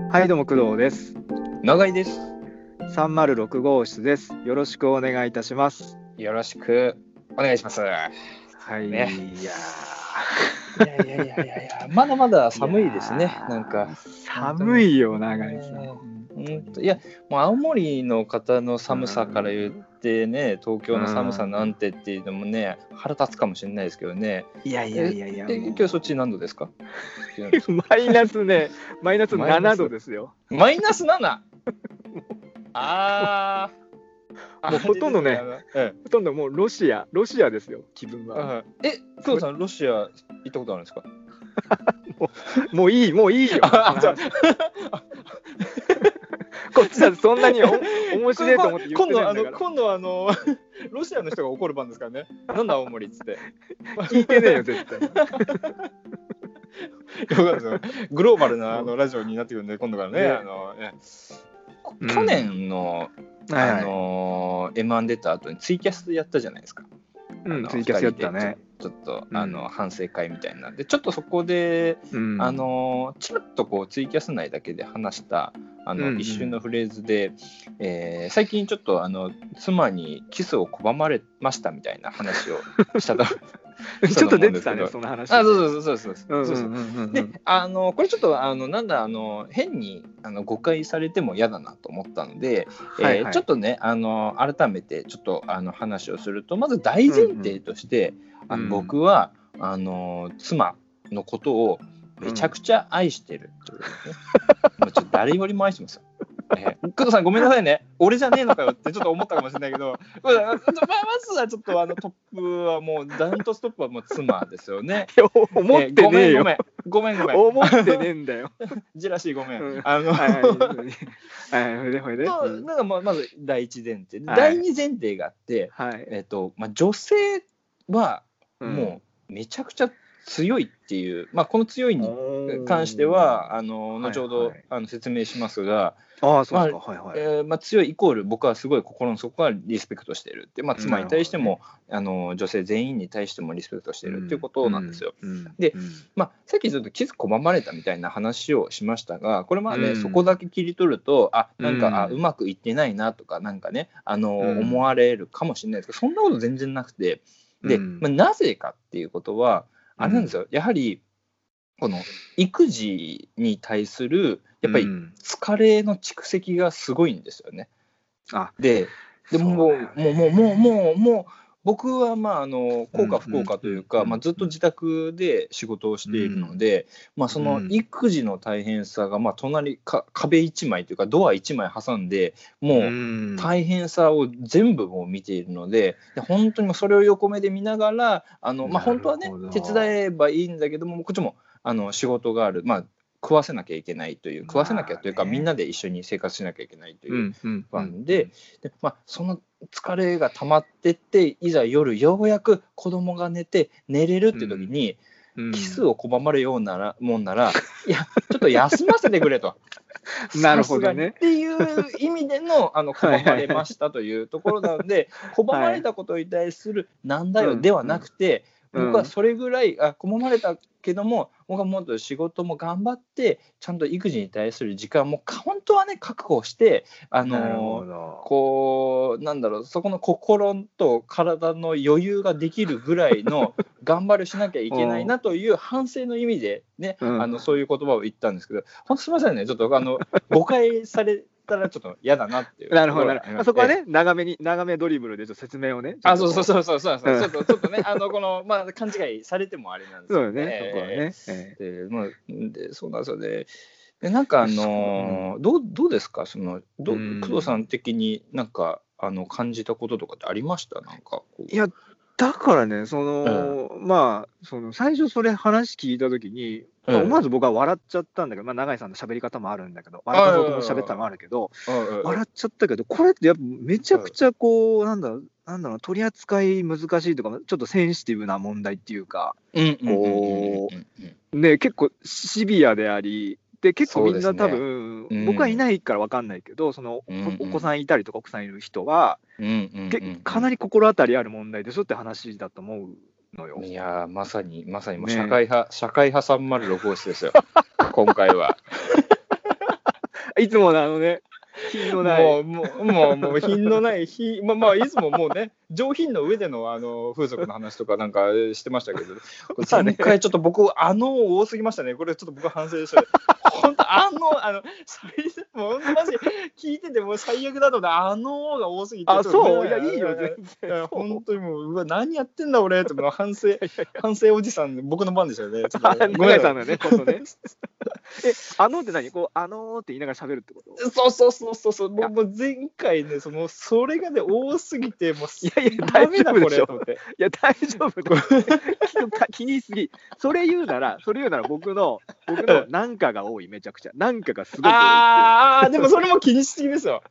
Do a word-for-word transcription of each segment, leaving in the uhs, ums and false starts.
はい、どうも工藤です。 長井です。 さんまるろく号室です。よろしくお願いいたします。 よろしくお願いします。 はい、 ね、 いやいやいやいやいやいや、まだまだ寒いですね。なんか寒いよ、長井さん。 うんといや、もう青森の方の寒さから言ってね、東京の寒さなんてっていうのもね、腹立つかもしれないですけどね。 いやいやいやいや、 え今日そっち何度ですか？ マイナスね、マイナスななどですよ。 マイナス なな？ ああ、もうほとんどね、ほとんどもうロシア、ロシアですよ、気分は。 え、工藤さん、ロシア行ったことあるんですか？ もう、もういい、もういいよ。こっちだってそんなにお面白いと思って言ってるんだから。今度あの今度あのロシアの人が怒る番ですからね。なんだ青森っつって。 聞いてねえよ絶対。 よかったですよ。グローバルなあのラジオになってくるんで今度からね。ねあのね去年の、うん、あの エムワン 出た後にツイキャスやったじゃないですか。 うん、ツイキャスやったね。 ちょっと、うん、あの反省会みたいなんでちょっとそこで、うん、あのちらっとこうツイキャス内だけで話したあの、うんうん、一瞬のフレーズで、えー、最近ちょっとあの妻にキスを拒まれましたみたいな話をしたとちょっと出てたねその話。 あ、そうそうそうそうそうそう。で、あのこれちょっとあのなんだあの変にあの誤解されても嫌だなと思ったので、はいはいえー、ちょっとねあの改めてちょっとあの話をするとまず大前提として、うんうん、あの僕はあの妻のことをめちゃくちゃ愛してるという、ねうん、もうちょっと誰よりも愛してますよ。えー、工藤さんごめんなさいね俺じゃねえのかよってちょっと思ったかもしれないけどまずはちょっとあのトップはもうダントツトップはもう妻ですよね。 思ってねえよ、 えー、ごめんごめんごめん思ってねえんだよジェラシーごめん、うん、 あのはいはいほいでほいでなんかまず第一前提、はい、第二前提があって、はいえーとまあ、女性はもうめちゃくちゃ強いっていう、まあ、この強いに関してはあの後ほど、はいはい、あの説明しますが、 ああそうですか、まあはいはいえーまあ、強いイコール僕はすごい心の底からリスペクトしているって、まあ、妻に対しても、ね、あの女性全員に対してもリスペクトしているっていうことなんですよ。うんうん、で、まあ、さっきちょっとキス拒まれたみたいな話をしましたがこれまあね、うん、そこだけ切り取るとあなんか、うん、あうまくいってないなとかなんかねあの、うん、思われるかもしれないですけどそんなこと全然なくてで、まあ、なぜかっていうことはあれなんですよ、うん、やはりこの育児に対するやっぱり疲れの蓄積がすごいんですよね。うん、あででもう、ね、もうもうもうもうもう僕はまああの幸か不幸かというか、まあ、ずっと自宅で仕事をしているので、うんまあ、その育児の大変さがまあ隣か壁一枚というかドア一枚挟んでもう大変さを全部もう見ているので、で本当にそれを横目で見ながらあの、まあ、本当はね手伝えばいいんだけどもこっちもあの仕事がある、まあ、食わせなきゃいけないという食わせなきゃというか、まあね、みんなで一緒に生活しなきゃいけないという不安で、うんうん、でまあ、その疲れが溜まってっていざ夜ようやく子供が寝て寝れるっていう時に、うんうん、キスを拒まれるようなもんならいやちょっと休ませてくれとなるほどねっていう意味でのあの拒まれましたというところなので拒まれたことに対するなんだよではなくて、うんうん、僕はそれぐらいあ拒まれたけども僕はもっと仕事も頑張ってちゃんと育児に対する時間も本当はね確保してあのこうなんだろうそこの心と体の余裕ができるぐらいの頑張りしなきゃいけないなという反省の意味でね、うん、あのそういう言葉を言ったんですけど本当すみませんねちょっとあの誤解されたらちょっと嫌だなっていうなるほどなるほどそこはね長めに長めドリブルでちょっと説明をねあそうそうそうそうそうそう、うん、ちょっとちょっとねあのこのまあ勘違いされてもあれなんですけどねそうねそこはね、 えー、でまあでそうなんですよねでなんかあの、うん、どうどうですかそのど、うん、工藤さん的になんかあの感じたこととかってありましたなんかこういやだからねその、うん、まあその最初それ話聞いた時に、うんまあ、思わず僕は笑っちゃったんだけど、まあ、永井さんの喋り方もあるんだけど笑かそうとも喋ったのもあるけど笑っちゃったけどこれってやっぱめちゃくちゃこうなんだなんだろう取り扱い難しいとかちょっとセンシティブな問題っていうかこうね結構シビアでありで結構みんな多分、ねうん、僕はいないから分かんないけどその、うんうん、お子さんいたりとか奥さんいる人は、うんうんうんうん、かなり心当たりある問題でしょって話だと思うのよ。 いやまさにまさにもう社会派、ね、社会派さんまるろく号室ですよ今回はいつものあのね、品のない。 もう、もう、もう、もう品のない、ひまあ、まあ、いつももうね、上品の上でのあの風俗の話とかなんかしてましたけど、前回ちょっと僕、あの多すぎましたね。これちょっと僕は反省して、本当、あの、あの、もうマジ聞いててもう最悪だと思って、あのが多すぎて、 あ、そういや、いいよ、全然。 本当にもう、うわ、何やってんだ俺って、もう反省、反省おじさん、僕の番でしたよね。 永井さんのね、こそね。え、あのって何こう、あのーって言いながら喋るってこと？ そうそうそうそうそう、もうもう前回ね、そのそれがね、多すぎて、もう、 いやいや、大丈夫でしょ。いや、大丈夫だ気にしすぎ。それ言うなら、それ言うなら僕の、僕のなんかが多い、めちゃくちゃ。なんかがすごく多い。 ああ、でもそれも気にしすぎですよ。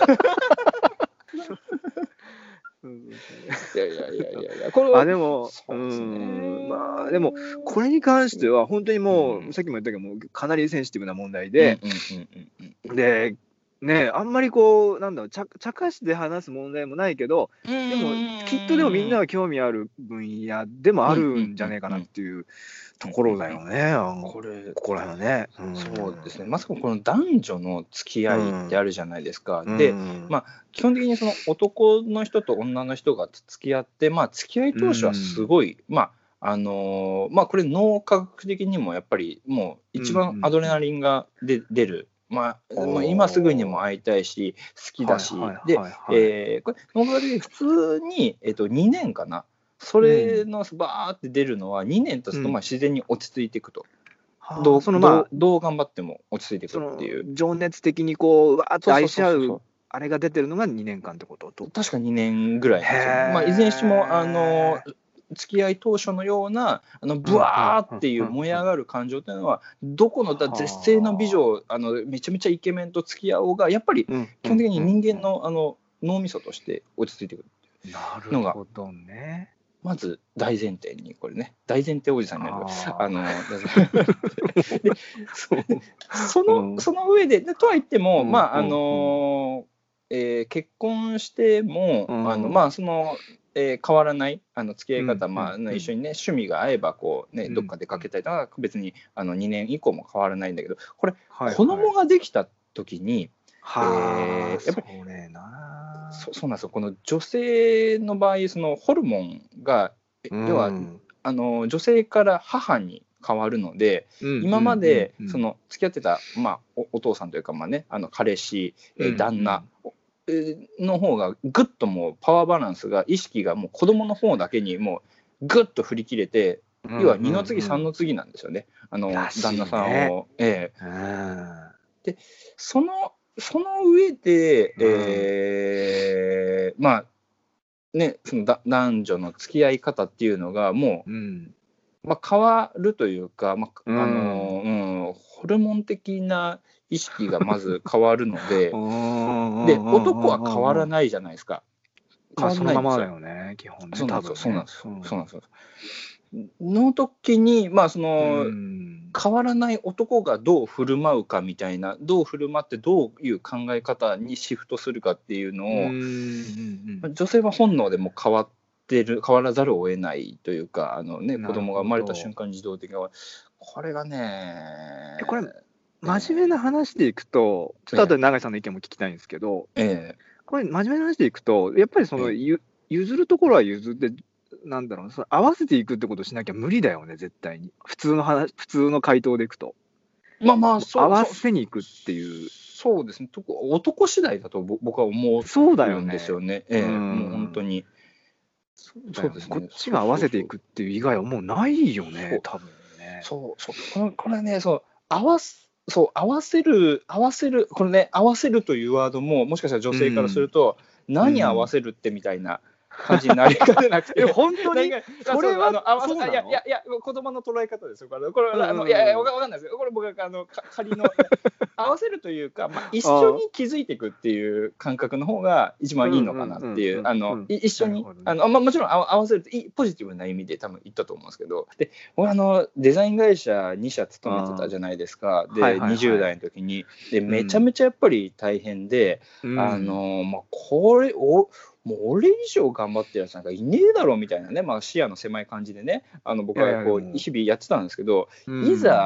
いやいやいやいやいや、これはあでも、そうですね。まあでもこれに関しては本当にもう、うん、さっきも言ったけどもかなりセンシティブな問題で、でね、あんまりこうなんだろう茶化して話す問題もないけど、でもきっとでもみんなが興味ある分野でもあるんじゃないかなっていうところだよね。これここら辺はね。 うん、そうですね。まさかこの男女の付き合いってあるじゃないですか。うん、で、まあ基本的にその男の人と女の人が付き合って、まあ付き合い当初はすごい、うん、まああのー、まあこれ脳科学的にもやっぱりもう一番アドレナリンがで出る。まあ、もう今すぐにも会いたいし好きだし、で、えー、これ脳科学的に普通に、えー、とにねんかな、それのバーって出るのはにねん経つとまあ自然に落ち着いていくと、うん、どうその、まあ、どう頑張っても落ち着いていくっていう、 情熱的にこうわーっと愛し合うあれが出てるのがにねんかんってことと、 確かにねんぐらいですよ、ね、まあ、いずれにしてもあの付き合い当初のようなあのブワーっていう燃え上がる感情というのはどこのだ絶世の美女あのめちゃめちゃイケメンと付き合おうがやっぱり基本的に人間のあの脳みそとして落ち着いてくるっていうのがまず大前提にこれね大前提おじさんになるあのでそのその上でとは言ってもまああのえー、結婚しても、うん、あのまあその、えー、変わらないあの付き合い方、うんまあうん、一緒にね趣味が合えばこうね、うん、どっか出かけたりとか別にあのにねん以降も変わらないんだけどこれ、はいはい、子供ができた時に、 はえー、やっぱりそれなそそうなんですよ。この女性の場合そのホルモンが、うん、要はあの女性から母に変わるので、うん、今までその付き合ってた、まあ、お, お父さんというか、まあね、あの彼氏、えー、旦那、うんの方がぐっともうパワーバランスが意識がもう子供の方だけにもうぐっと振り切れて、うんうんうん、要はにの次さんの次なんですよね、あの旦那さんを、えー、でそのその上で、うんえー、まあねそのだ男女の付き合い方っていうのがもう、うんまあ、変わるというか、まああのうん、ホルモン的な意識がまず変わるのでで男は変わらないじゃないですか。 変わらないんですよ。まあ、そのままだよね基本ね。 そうなんですよ。そうなんですよ。そうなんですよ。の時にまあその変わらない男がどう振る舞うかみたいなどう振る舞ってどういう考え方にシフトするかっていうのをうん女性は本能でも変わってる変わらざるを得ないというかあの、ね、子供が生まれた瞬間に自動的にこれがねこれ真面目な話でいくとちょっと後で永井さんの意見も聞きたいんですけど、ええ、これ真面目な話でいくとやっぱりその、ええ、譲るところは譲ってなんだろうその合わせていくってことをしなきゃ無理だよね絶対に普通の話普通の回答でいくとまあまあそう合わせにいくっていうそうですね男次第だと僕は思うんですよね。ええ、もう本当にそうですね、こっちが合わせていくっていう以外はもうないよね多分ね。 そうそうこれこれねそう合わすそう合わせる合わせるこれね合わせるというワードももしかしたら女性からすると、うん、何合わせるってみたいな感じになりかねなくて、 うん、本当にそれはあの合わせいやいやいや言葉の捉え方ですよこれこれ、うんうん、あのいやいやわかんないですよこれ僕があの仮の合わせるというか、まあ、一緒に気づいていくっていう感覚の方が一番いいのかなっていうあの一緒にあの、まあ、もちろん合わせるといいポジティブな意味で多分言ったと思うんですけどで僕あのデザイン会社に社勤めてたじゃないですかで、はいはいはい、にじゅう代の時にでめちゃめちゃやっぱり大変で、うん、あのまあこれをもう俺以上頑張ってるやつなんかいねえだろみたいなね、まあ、視野の狭い感じでねあの僕はこう日々やってたんですけど、うん、いざ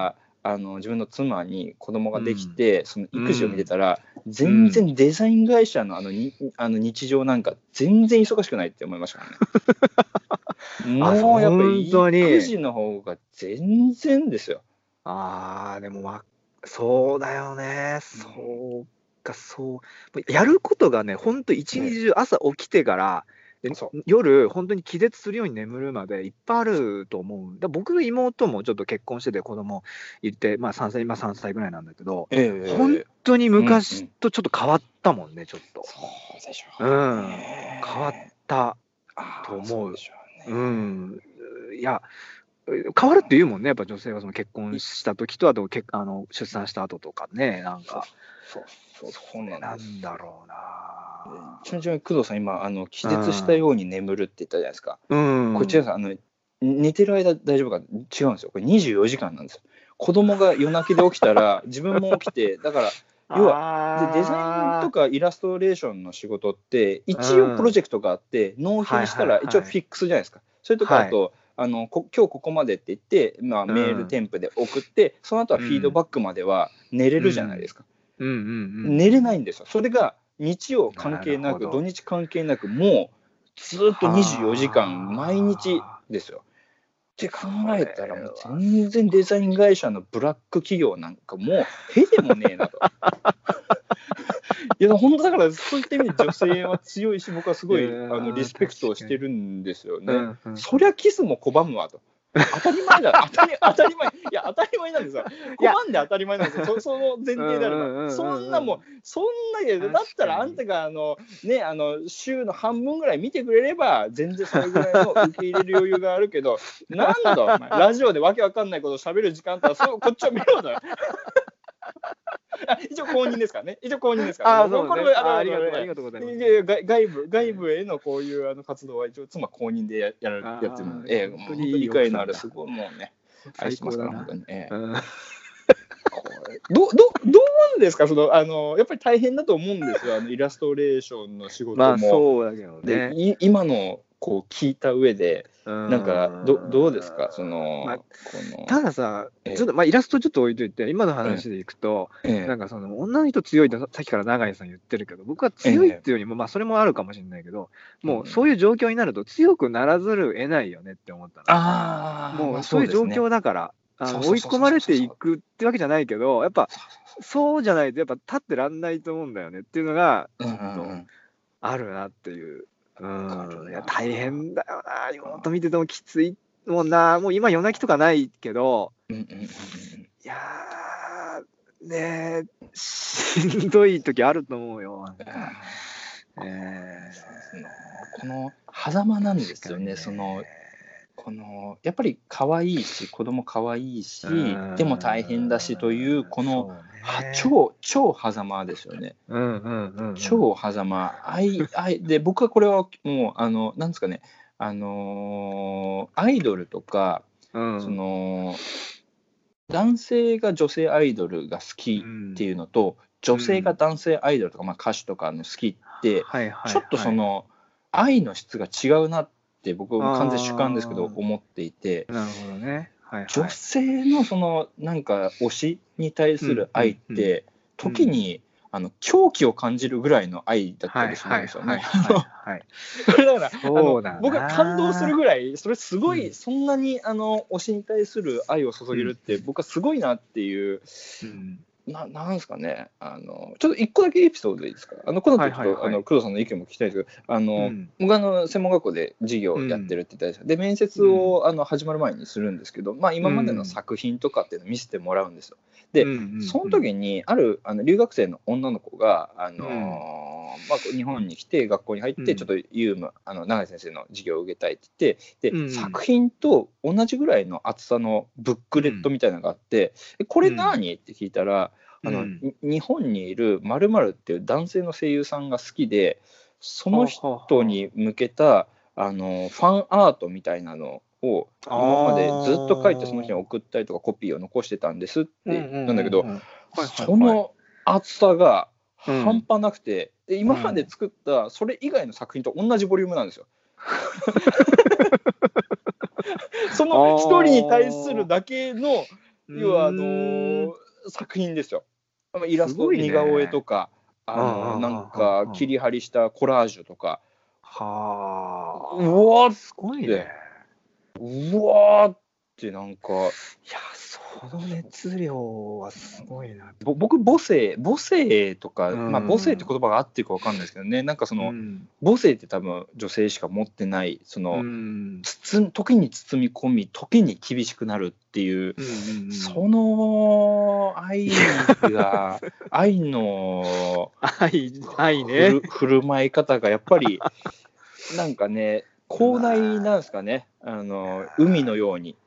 あの自分の妻に子供ができて、うん、その育児を見てたら、うん、全然デザイン会社のあのにあの日常なんか全然忙しくないって思いましたからね。もうやっぱり育児の方が全然ですよ。 ああ、でも、ま、そうだよね。そうか、そう。やることがね、ほんと一日中朝起きてから、で夜ほんとに気絶するように眠るまでいっぱいあると思う。だ僕の妹もちょっと結婚してて子供いて、まあ、さんさい、今さんさいぐらいなんだけど、 ええ、 ほんとに昔とちょっと変わったもんね、ちょっと。 そうでしょう。うん、変わったと思う。うん。いや、変わるって言うもんね、やっぱ女性はその結婚した時と、あとけあの出産した後とかね、なんか。 そうそうそうなんだろうな。 ちなみに工藤さん、今あの気絶したように眠るって言ったじゃないですか。 うん、 こちらさん、あの寝てる間大丈夫か違うんですよ。これにじゅうよじかんなんですよ。子供が夜泣きで起きたら自分も起きて、だから要はでデザインとかイラストレーションの仕事って一応プロジェクトがあって、納品したら一応フィックスじゃないですか。それとかあと、はい、あのこ今日ここまでって言って、まあ、メール添付で送って、うん、その後はフィードバックまでは寝れるじゃないですか。寝れないんですよ。それが日曜関係なく土日関係なくもうずっとにじゅうよじかん毎日ですよ。って考えたらもう全然デザイン会社のブラック企業なんかもうへでもねえなと。いや本当だからそういった意味で女性は強いし、僕はすごいあのリスペクトをしてるんですよね。うんうん、そりゃキスも拒むわと。当たり前だ当たり当たり前いや当たり前なんですよ。拒んで当たり前なんですよ。そ, その前提であれば、そんなもんそんなけどだったらあんたがあのねあの週の半分ぐらい見てくれれば全然それぐらいの受け入れる余裕があるけど、なんだお前ラジオでわけわかんないことを喋る時間あったらそうこっちを見ろだよ。一応公認ですからね。一応公認ですから、ね。 あ、そうね、あありがとう、ありがとうございます。 外部外部へのこういうあの活動は一応妻公認でややるやってるので、ええ、本当に理解のあるすごいもうね愛してますから本当に。ええ、うん、これどどどうですかそのあのやっぱり大変だと思うんですよあのイラストレーションの仕事も。 まあそうだけどね。 で今のこう聞いた上で。なんか ど, どうですかその、まあ、このたださ、ちょっとまあイラストちょっと置いといて今の話でいくと、ええ、なんかその女の人強いってさっきから永井さん言ってるけど、僕は強いっていうよりも、ええ、まあそれもあるかもしれないけど、もうそういう状況になると強くならざるを得ないよねって思ったの。 あもうそういう状況だから、あの追い込まれていくってわけじゃないけど、やっぱそうじゃないとやっぱ立ってらんないと思うんだよねっていうのがちょっとあるなっていう。うん、いや大変だよな、妹見ててもきついもんな、もう今夜泣きとかないけど、うんうんうん、いやーねえしんどい時あると思うよ。えー、この狭間なんですよね。そのこのやっぱり可愛いし子供可愛いしでも大変だしというこの、ね、超超狭間ですよね。 うんうんうんうん、 超狭間愛愛で僕はこれはもうあのなんですかねあのー、アイドルとか、うん、その男性が女性アイドルが好きっていうのと、うん、女性が男性アイドルとか、まあ、歌手とかの好きって、うん、ちょっとその愛の質が違うなってって僕は完全主観ですけど思っていて、 なるほどね、はいはい、 女性のそのなんか推しに対する愛って、うんうんうん、時に、うん、あの狂気を感じるぐらいの愛だったりするんですよね。だからそうだな、 僕は感動するぐらいそれすごい、うん、そんなにあの推しに対する愛を注げるって、うん、僕はすごいなっていう。うんななんですかねあのちょっと一個だけエピソードでいいですか。あのこの時と、はいはいはい、あの工藤さんの意見も聞きたいですけど、あの、うん、僕あの専門学校で授業をやってるって言ったんですよ、うん、で面接を、うん、あの始まる前にするんですけど、まあ、今までの作品とかっていうのを見せてもらうんですよ。で、うん、その時にあるあの留学生の女の子があの、うんまあ、日本に来て学校に入ってちょっとユーム、あの永井先生の授業を受けたいって言ってで、うん、作品と同じぐらいの厚さのブックレットみたいなのがあって、うん、これ何、って聞いたらあの、うん、日本にいる〇〇っていう男性の声優さんが好きでその人に向けたあのファンアートみたいなのを今までずっと書いてその人に送ったりとかコピーを残してたんですってなんだけど、その厚さが半端なくて、うん、で今まで作ったそれ以外の作品と同じボリュームなんですよ。その一人に対するだけの要はあのー、作品ですよ。イラスト、似顔絵とか、あのー、なんか切り張りしたコラージュとか。 はあ。 うわーすごいね。 うわーってなんか。いや、 その熱量はすごいな。 僕母性母性とか、まあ母性って言葉が合ってるか分かんないですけどね、なんかその、うん、母性って多分女性しか持ってないその、うん、包時に包み込み時に厳しくなるっていう、うんうんうん、その愛が愛の愛愛ね振る舞い方がやっぱりなんかね広大なんですかね、あの海のように。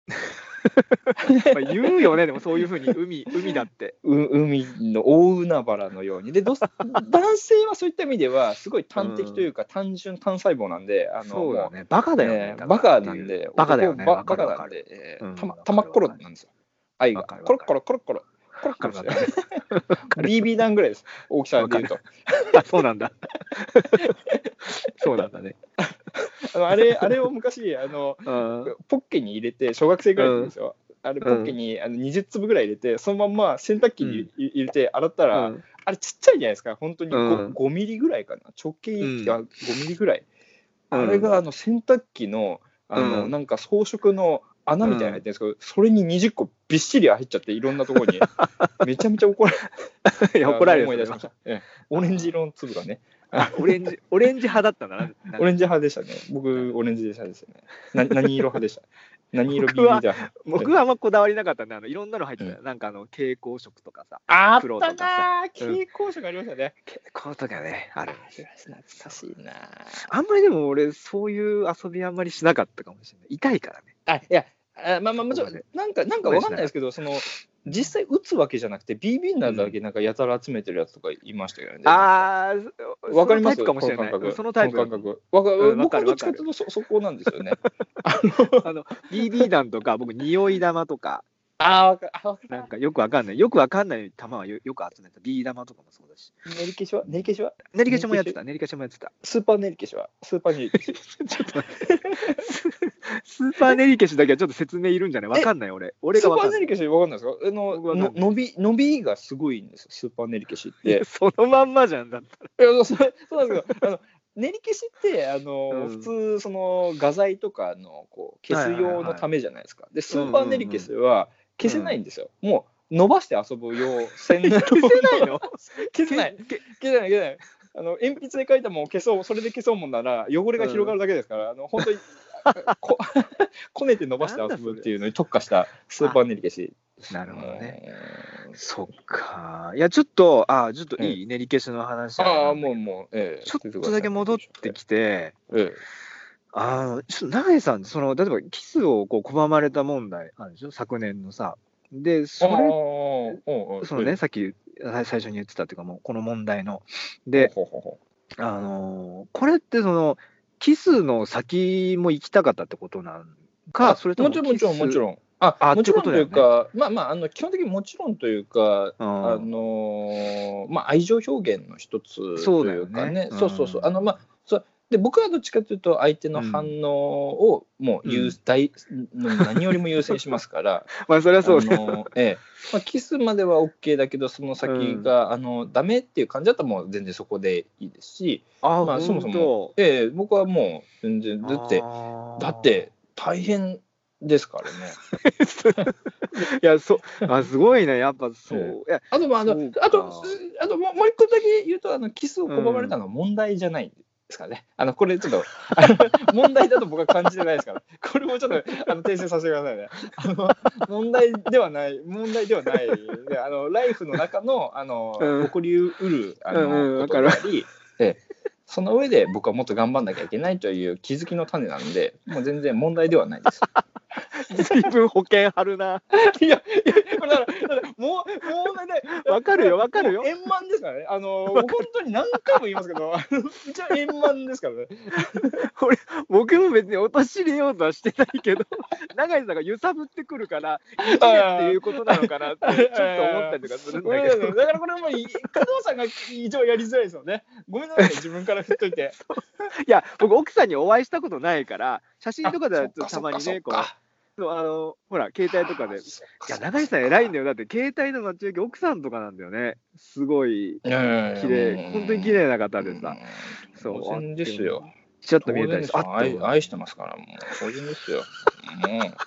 言うよね、でもそういうふうに海海だってう海の大海原のようにでど男性はそういった意味ではすごい端的というか、うん、単純単細胞なんで、あのそうだね、バカだよね、 えー、バカなんでバカだよね、 バカなんで、えーうん、たまたまっころなんですよ、愛がコロッコロコロッコロコロッコロですよビービー 弾ぐらいです、大きさで言うとそうなんだそうなんだねあのあれあれを昔あの、うん、ポッケに入れて小学生ぐらいでですよ、うん、あれポッケにあのにじゅうつぶぐらい入れてそのまま洗濯機に入れて洗ったら、うん、あれちっちゃいじゃないですか、本当に 5,、うん、ごミリぐらいかな、直径がごミリぐらい、うん、あれがあの洗濯機のあの、うん、なんか装飾の穴みたいに入ってるんですけど、うん、それににじゅっこびっしり入っちゃっていろんなところにめちゃめちゃ怒られ怒られる思い出しました、ええ、オレンジ色の粒がねオレンジオレンジ派だったんだな。 オレンジ派でしたね。僕オレンジ派ですよね。な何色派でした。何色 ビービー だ。 僕はあんまこだわりなかったんで、あのいろんなの入ってた、うん、なんかあの蛍光色とかさ、 あったなー、蛍光色ありましたね。 蛍光とかね、ある。 懐かしいな。 あんまりでも俺そういう遊びあんまりしなかったかもしれない。痛いからね。 あ、いや、あまあまあもちろんなんかなんかわかんないですけど、その実際打つわけじゃなくて ビービー なだけなんかやたら集めてるやつとかいましたけどね。 ああ、わかりますかもしれない。そのタイプ。 感覚。わかる。僕はどっちかというとそそこなんですよね。 あのあの ビービー 弾とか僕匂い玉とか。 ああ、わかる。 なんかよくわかんない。よくわかんない玉は よ, よく集めた。ビー玉とかもそうだし。 練り消しは練り消しは練り消しもやってた。練り消しもやってた。 スーパー練り消しはスーパー練り消し。 ちょっと待って。スーパー練り消しだけはちょっと説明いるんじゃないわかんない俺。俺がわかんない。 スーパー練り消しわかんないですか？あのの伸び伸びがすごいんですよ。スーパー練り消しって。 そのまんまじゃんだったら。いやそそうなんですけど、あの練り消しってあの、うん、普通その画材とかのこう消す用のためじゃないですか。でスーパー練り消しは消せないんですよ。うん、もう伸ばして遊ぶ用線消せないの？ 消せない。消せない消せない。あの鉛筆で書いたもんを消そう、それで消そうもんなら汚れが広がるだけですから、うん、あの本当にこ, こねて伸ばして遊ぶっていうのに特化したスーパー練り消し。 なるほどね。そっか。いやちょっとあちょっといい、うん、練り消しの話。 ああもうもう、ええ、ちょっとだけ戻ってきて、ええ、あちょっと永井さんその例えばキスをこう拒まれた問題あるでしょ昨年のさ。でそれそのね、さっき最初に言ってたっていうかもうこの問題のであのこれってそのキスの先も行きたかったってことなんか、それとももちろんもちろんもちろんああもちろんというか、まあまああの基本的にもちろんというか、あのまあ愛情表現の一つというかね、そうそうそうあのまあそうで僕はどっちかというと相手の反応をもう優、うん、大何よりも優先しますからまあそれはそうです、ねええまあ、キスまでは OK だけどその先が、うん、あのダメっていう感じだったらもう全然そこでいいですし、 あ、 まあ、そもそも、ええ、僕はもう全然だってだって大変ですからね。 いやそあすごいねやっぱそう。ええ、いやあとまああのあとあともう一個だけ言うとあのキスを拒まれたのは問題じゃないんで。うんですかね、あのこれちょっと問題だと僕は感じてないですからこれもちょっとあの訂正させてくださいね。あの問題ではない問題ではないであのライフの中のあの、うん、起こりうるあの、うんうん、ことでありでその上で僕はもっと頑張んなきゃいけないという気づきの種なんでもう全然問題ではないです。 随分保険張るな。 いや、いやこれだからだからもうもうねわかるよわかるよ。 円満ですからね。あの本当に何回も言いますけど、一応円満ですからね。 俺僕も別に陥れようとはしてないけど、永井さんが揺さぶってくるからいじれっていうことなのかなってちょっと思ったりとかするんだけど。 だからこれも加藤さんが異常やりづらいですよね。ごめんなさい自分から振っといて。 いや僕奥さんにお会いしたことないから写真とかではたまにねこう。 そうあのほら携帯とかで、いや永井さん偉いんだよ、だって携帯の待ち受け奥さんとかなんだよね、すごい綺麗、本当に綺麗な方でさ、 そう当然ですよ、 ちょっと見えたりして、 あ愛愛してますからもう当然ですよもう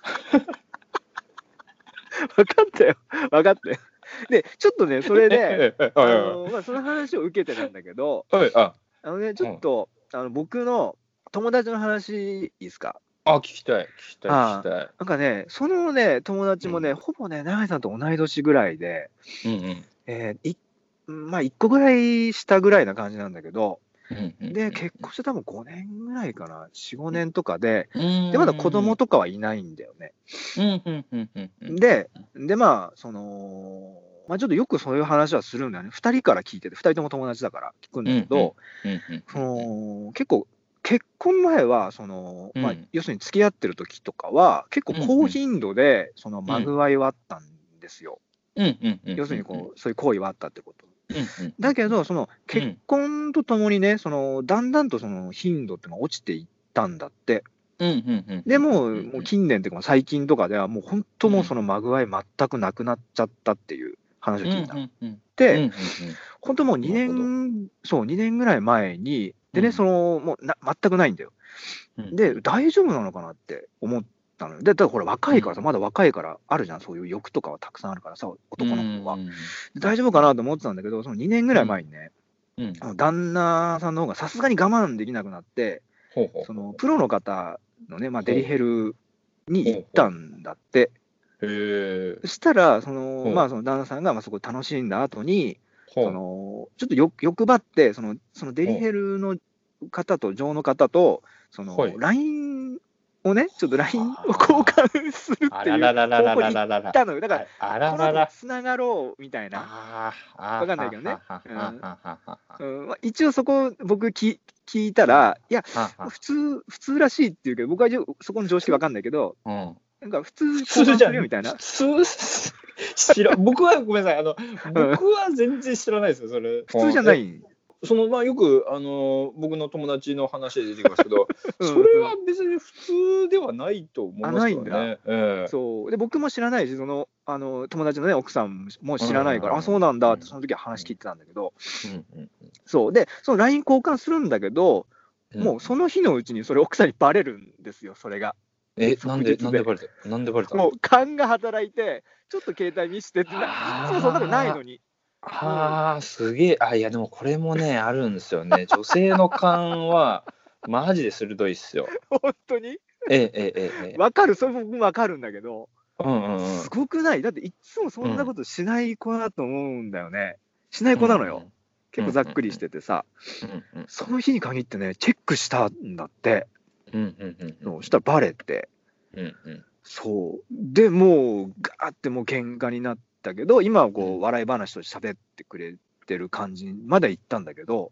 分かったよ分かったよ。でちょっとねそれであの、まあ、その話を受けてなんだけど、あのねちょっと、うん、あの僕の友達の話いいですか。 あ、聞きたい聞きたい聞きたい。 なんかねそのね友達もね、うん、ほぼね永井さんと同い年ぐらいで、うんうんえー、いまあいっこぐらい下ぐらいな感じなんだけど、うんうん、で結婚して多分ごねんぐらいかな、よん、ごねんとかで、うん、でまだ子供とかはいないんだよね。ででまあそのまあちょっとよくそういう話はするんだよね、ふたりから聞いてて、ふたりとも友達だから聞くんだけど、その結構結婚前はその、まあ、要するに付き合ってる時とかは結構高頻度でそのまぐわいはあったんですよ。要するにこうそういう行為はあったってこと。だけどその結婚とともにね、そのだんだんとその頻度っていうのが落ちていったんだって。でもうもう近年っていうか最近とかではもう本当もうそのまぐわい全くなくなっちゃったっていう話を聞いた。で本当もうにねんそうにねんぐらい前にでね、そのもうな全くないんだよ。で大丈夫なのかなって思ったのよ。でだからほら若いからさ、まだ若いからあるじゃん、そういう欲とかはたくさんあるからさ、男の子は。大丈夫かなと思ってたんだけど、そのにねんぐらい前にね、あの旦那さんの方がさすがに我慢できなくなって、そのプロの方のね、まあ、デリヘルに行ったんだって。へそしたらその、まあ、その旦那さんがまあそこ楽しんだ後に、そのちょっとよ欲張ってそのそのデリヘルの方と情の方とその ライン をね、ちょっと ライン を交換するっていう方向に行ったのよ。だからこの後つながろうみたいな、わかんないけどね、うんうん、一応そこ僕聞聞いたら、いや普通普通らしいっていうけど、僕はそこの常識わかんないけど、うん、なんか普通交換するよみたいな。 普通知ら僕はごめんなさい、あの僕は全然知らないですよそれ。 普通じゃない。 そのまあよくあの僕の友達の話で出てきますけど、それは別に普通ではないと思いますけどね。 ええ、そうで僕も知らないし、そのあの友達のね奥さんも知らないから、あそうなんだってその時は話聞いてたんだけど、そうでその ライン 交換するんだけど、もうその日のうちにそれ奥さんにバレるんですよ、それが。 えなんでなんでバレたなんでバレたもう勘が働いて、ちょっと携帯見せてっていつもそんなことないのに。 はあ、すげえ。あ、いやでもこれもねあるんですよね。女性の勘はマジで鋭いっすよ。 本当に？ ええええええ。 わかる、それもわかるんだけど、うんうんうん、すごくない？だっていつもそんなことしない子だと思うんだよね。しない子なのよ。うんうん、結構ざっくりしててさ、うんうん、その日に限ってねチェックしたんだって。うんうんうん、そうしたらバレて、うんうん、そうでもうガーってもう喧嘩になって。だけど今はこう笑い話として喋ってくれてる感じまで行ったんだけど、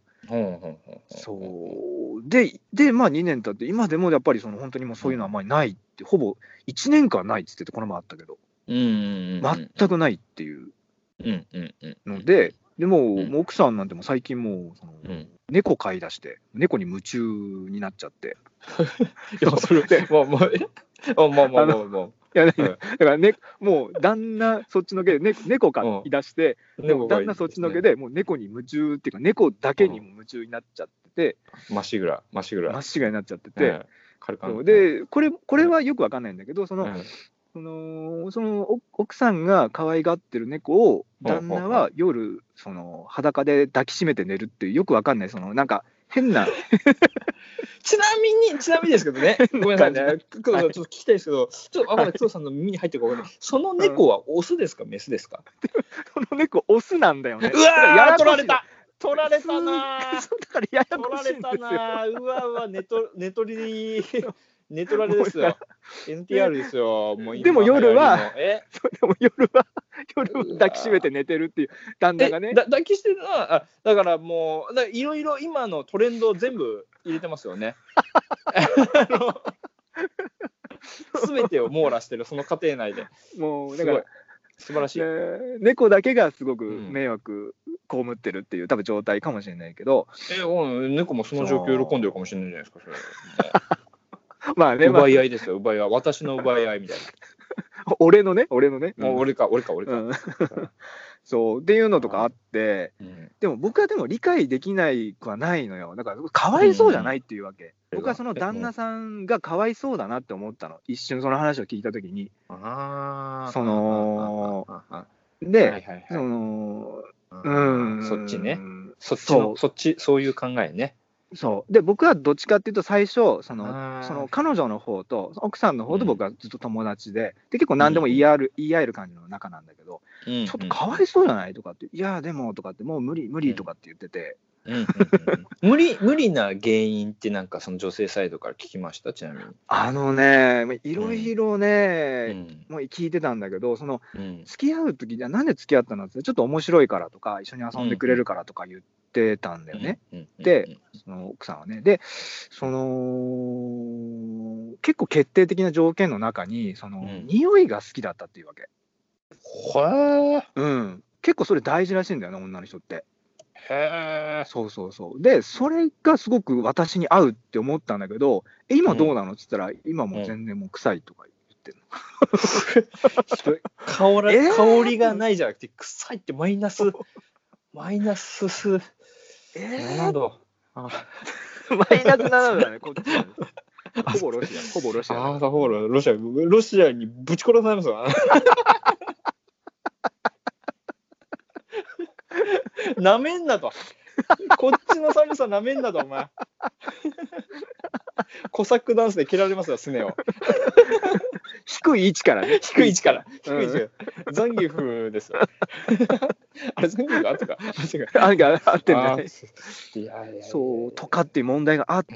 そうででまあにねん経って今でもやっぱりその本当にもうそういうのはあんまりないって、ほぼいちねんかんないっつっててこの前あったけど、全くないっていうので、でもう奥さんなんても最近もうその猫飼い出して猫に夢中になっちゃって、 いやそれまあまあまあまあまあまあ。 いや、だから、ね、もう旦那そっちのけで、ね、猫飼い出して、うん、でも旦那そっちのけでもう猫に夢中っていうか猫だけにも夢中になっちゃってて、 まっしぐらまっしぐらまっしぐらになっちゃってて、うん、でこれこれはよくわかんないんだけど、その、うん、そのその奥さんが可愛がってる猫を旦那は夜その裸で抱きしめて寝るっていうよくわかんない、そのなんか変なちなみに、ちなみにですけどね、ごめんなさいね、ちょっと聞きたいですけど、ちょっとあまり工藤さんの耳に入ってるか分かんない、その猫はオスですか、メスですか？ その猫、オスなんだよね。 うわー、取られた取られたなーだからややこしいんですよ。 取られたなー、うわうわ、ネトネトリネトラレですよ。エヌティーアール ですよ。もうでも夜は、えでも夜は、夜は抱きしめて寝てるっていう旦那がね。 だ抱きしてるのは、あだからもう、いろいろ今のトレンドを全部入れてますよね。すべてを網羅してる、その過程内で。 もうだから素晴らしい、ね。 猫だけがすごく迷惑被ってるっていう、多分状態かもしれないけど。 え、うん、猫もその状況喜んでるかもしれないじゃないですか、それ。 まあね、 奪い合いですよ、奪い合い、私の奪い合いみたいな。俺のね、俺のね。 な。もう俺か、俺か、俺か。うん、 そうっていうのとかあって、 うん、 でも僕はでも理解できないくはないのよ。だからかわいそうじゃないっていうわけ。うん、僕はその旦那さんがかわいそうだなって思ったの。一瞬その話を聞いたときに。あそので、はいはいはい、そのうんそっちね。そっちのそっちそういう考えね。 そうで僕はどっちかっていうと最初そのその彼女の方と奥さんの方と僕はずっと友達で、うん、で結構何でも言い合える、うん、言い合える感じの仲なんだけど、うん、ちょっとかわいそうじゃないとかって、いやでもとかってもう無理無理とかって言ってて、 うんうんうんうん、無理無理な原因ってなんかその女性サイドから聞きました？ちなみに。 あのねいろいろね、うん、もう聞いてたんだけどその、うん、付き合う時にはなんで付き合ったのってちょっと面白いからとか一緒に遊んでくれるからとか言ってたんだよね、うんうん、でその奥さんはねでその結構決定的な条件の中にその、うん、匂いが好きだったっていうわけ。 へえ、 うん、結構それ大事らしいんだよね女の人って。 へえ。 そうそうそう。で、それがすごく私に合うって思ったんだけど、え、今どうなのって言ったら、うん、今もう全然もう臭いとか言ってるの。香ら、えー、香りがないじゃなくて、臭いってマイナス、マイナスす、 えー、 ななど。 マイナスななどだね、こっちは。ほぼロシア、ほぼロシア。 ああ、ほぼロシア、ロシアにぶち殺されますわ。なめんなと。こっちの寒さなめんなと、お前。コサックダンスで蹴られますよ、すねを。 低い位置からね。 低い位置から。低い位置から。ザンギフですよ。あれ、ザンギフあったか。 あんかあってんじゃない。いやいやそう、とかっていう問題があって、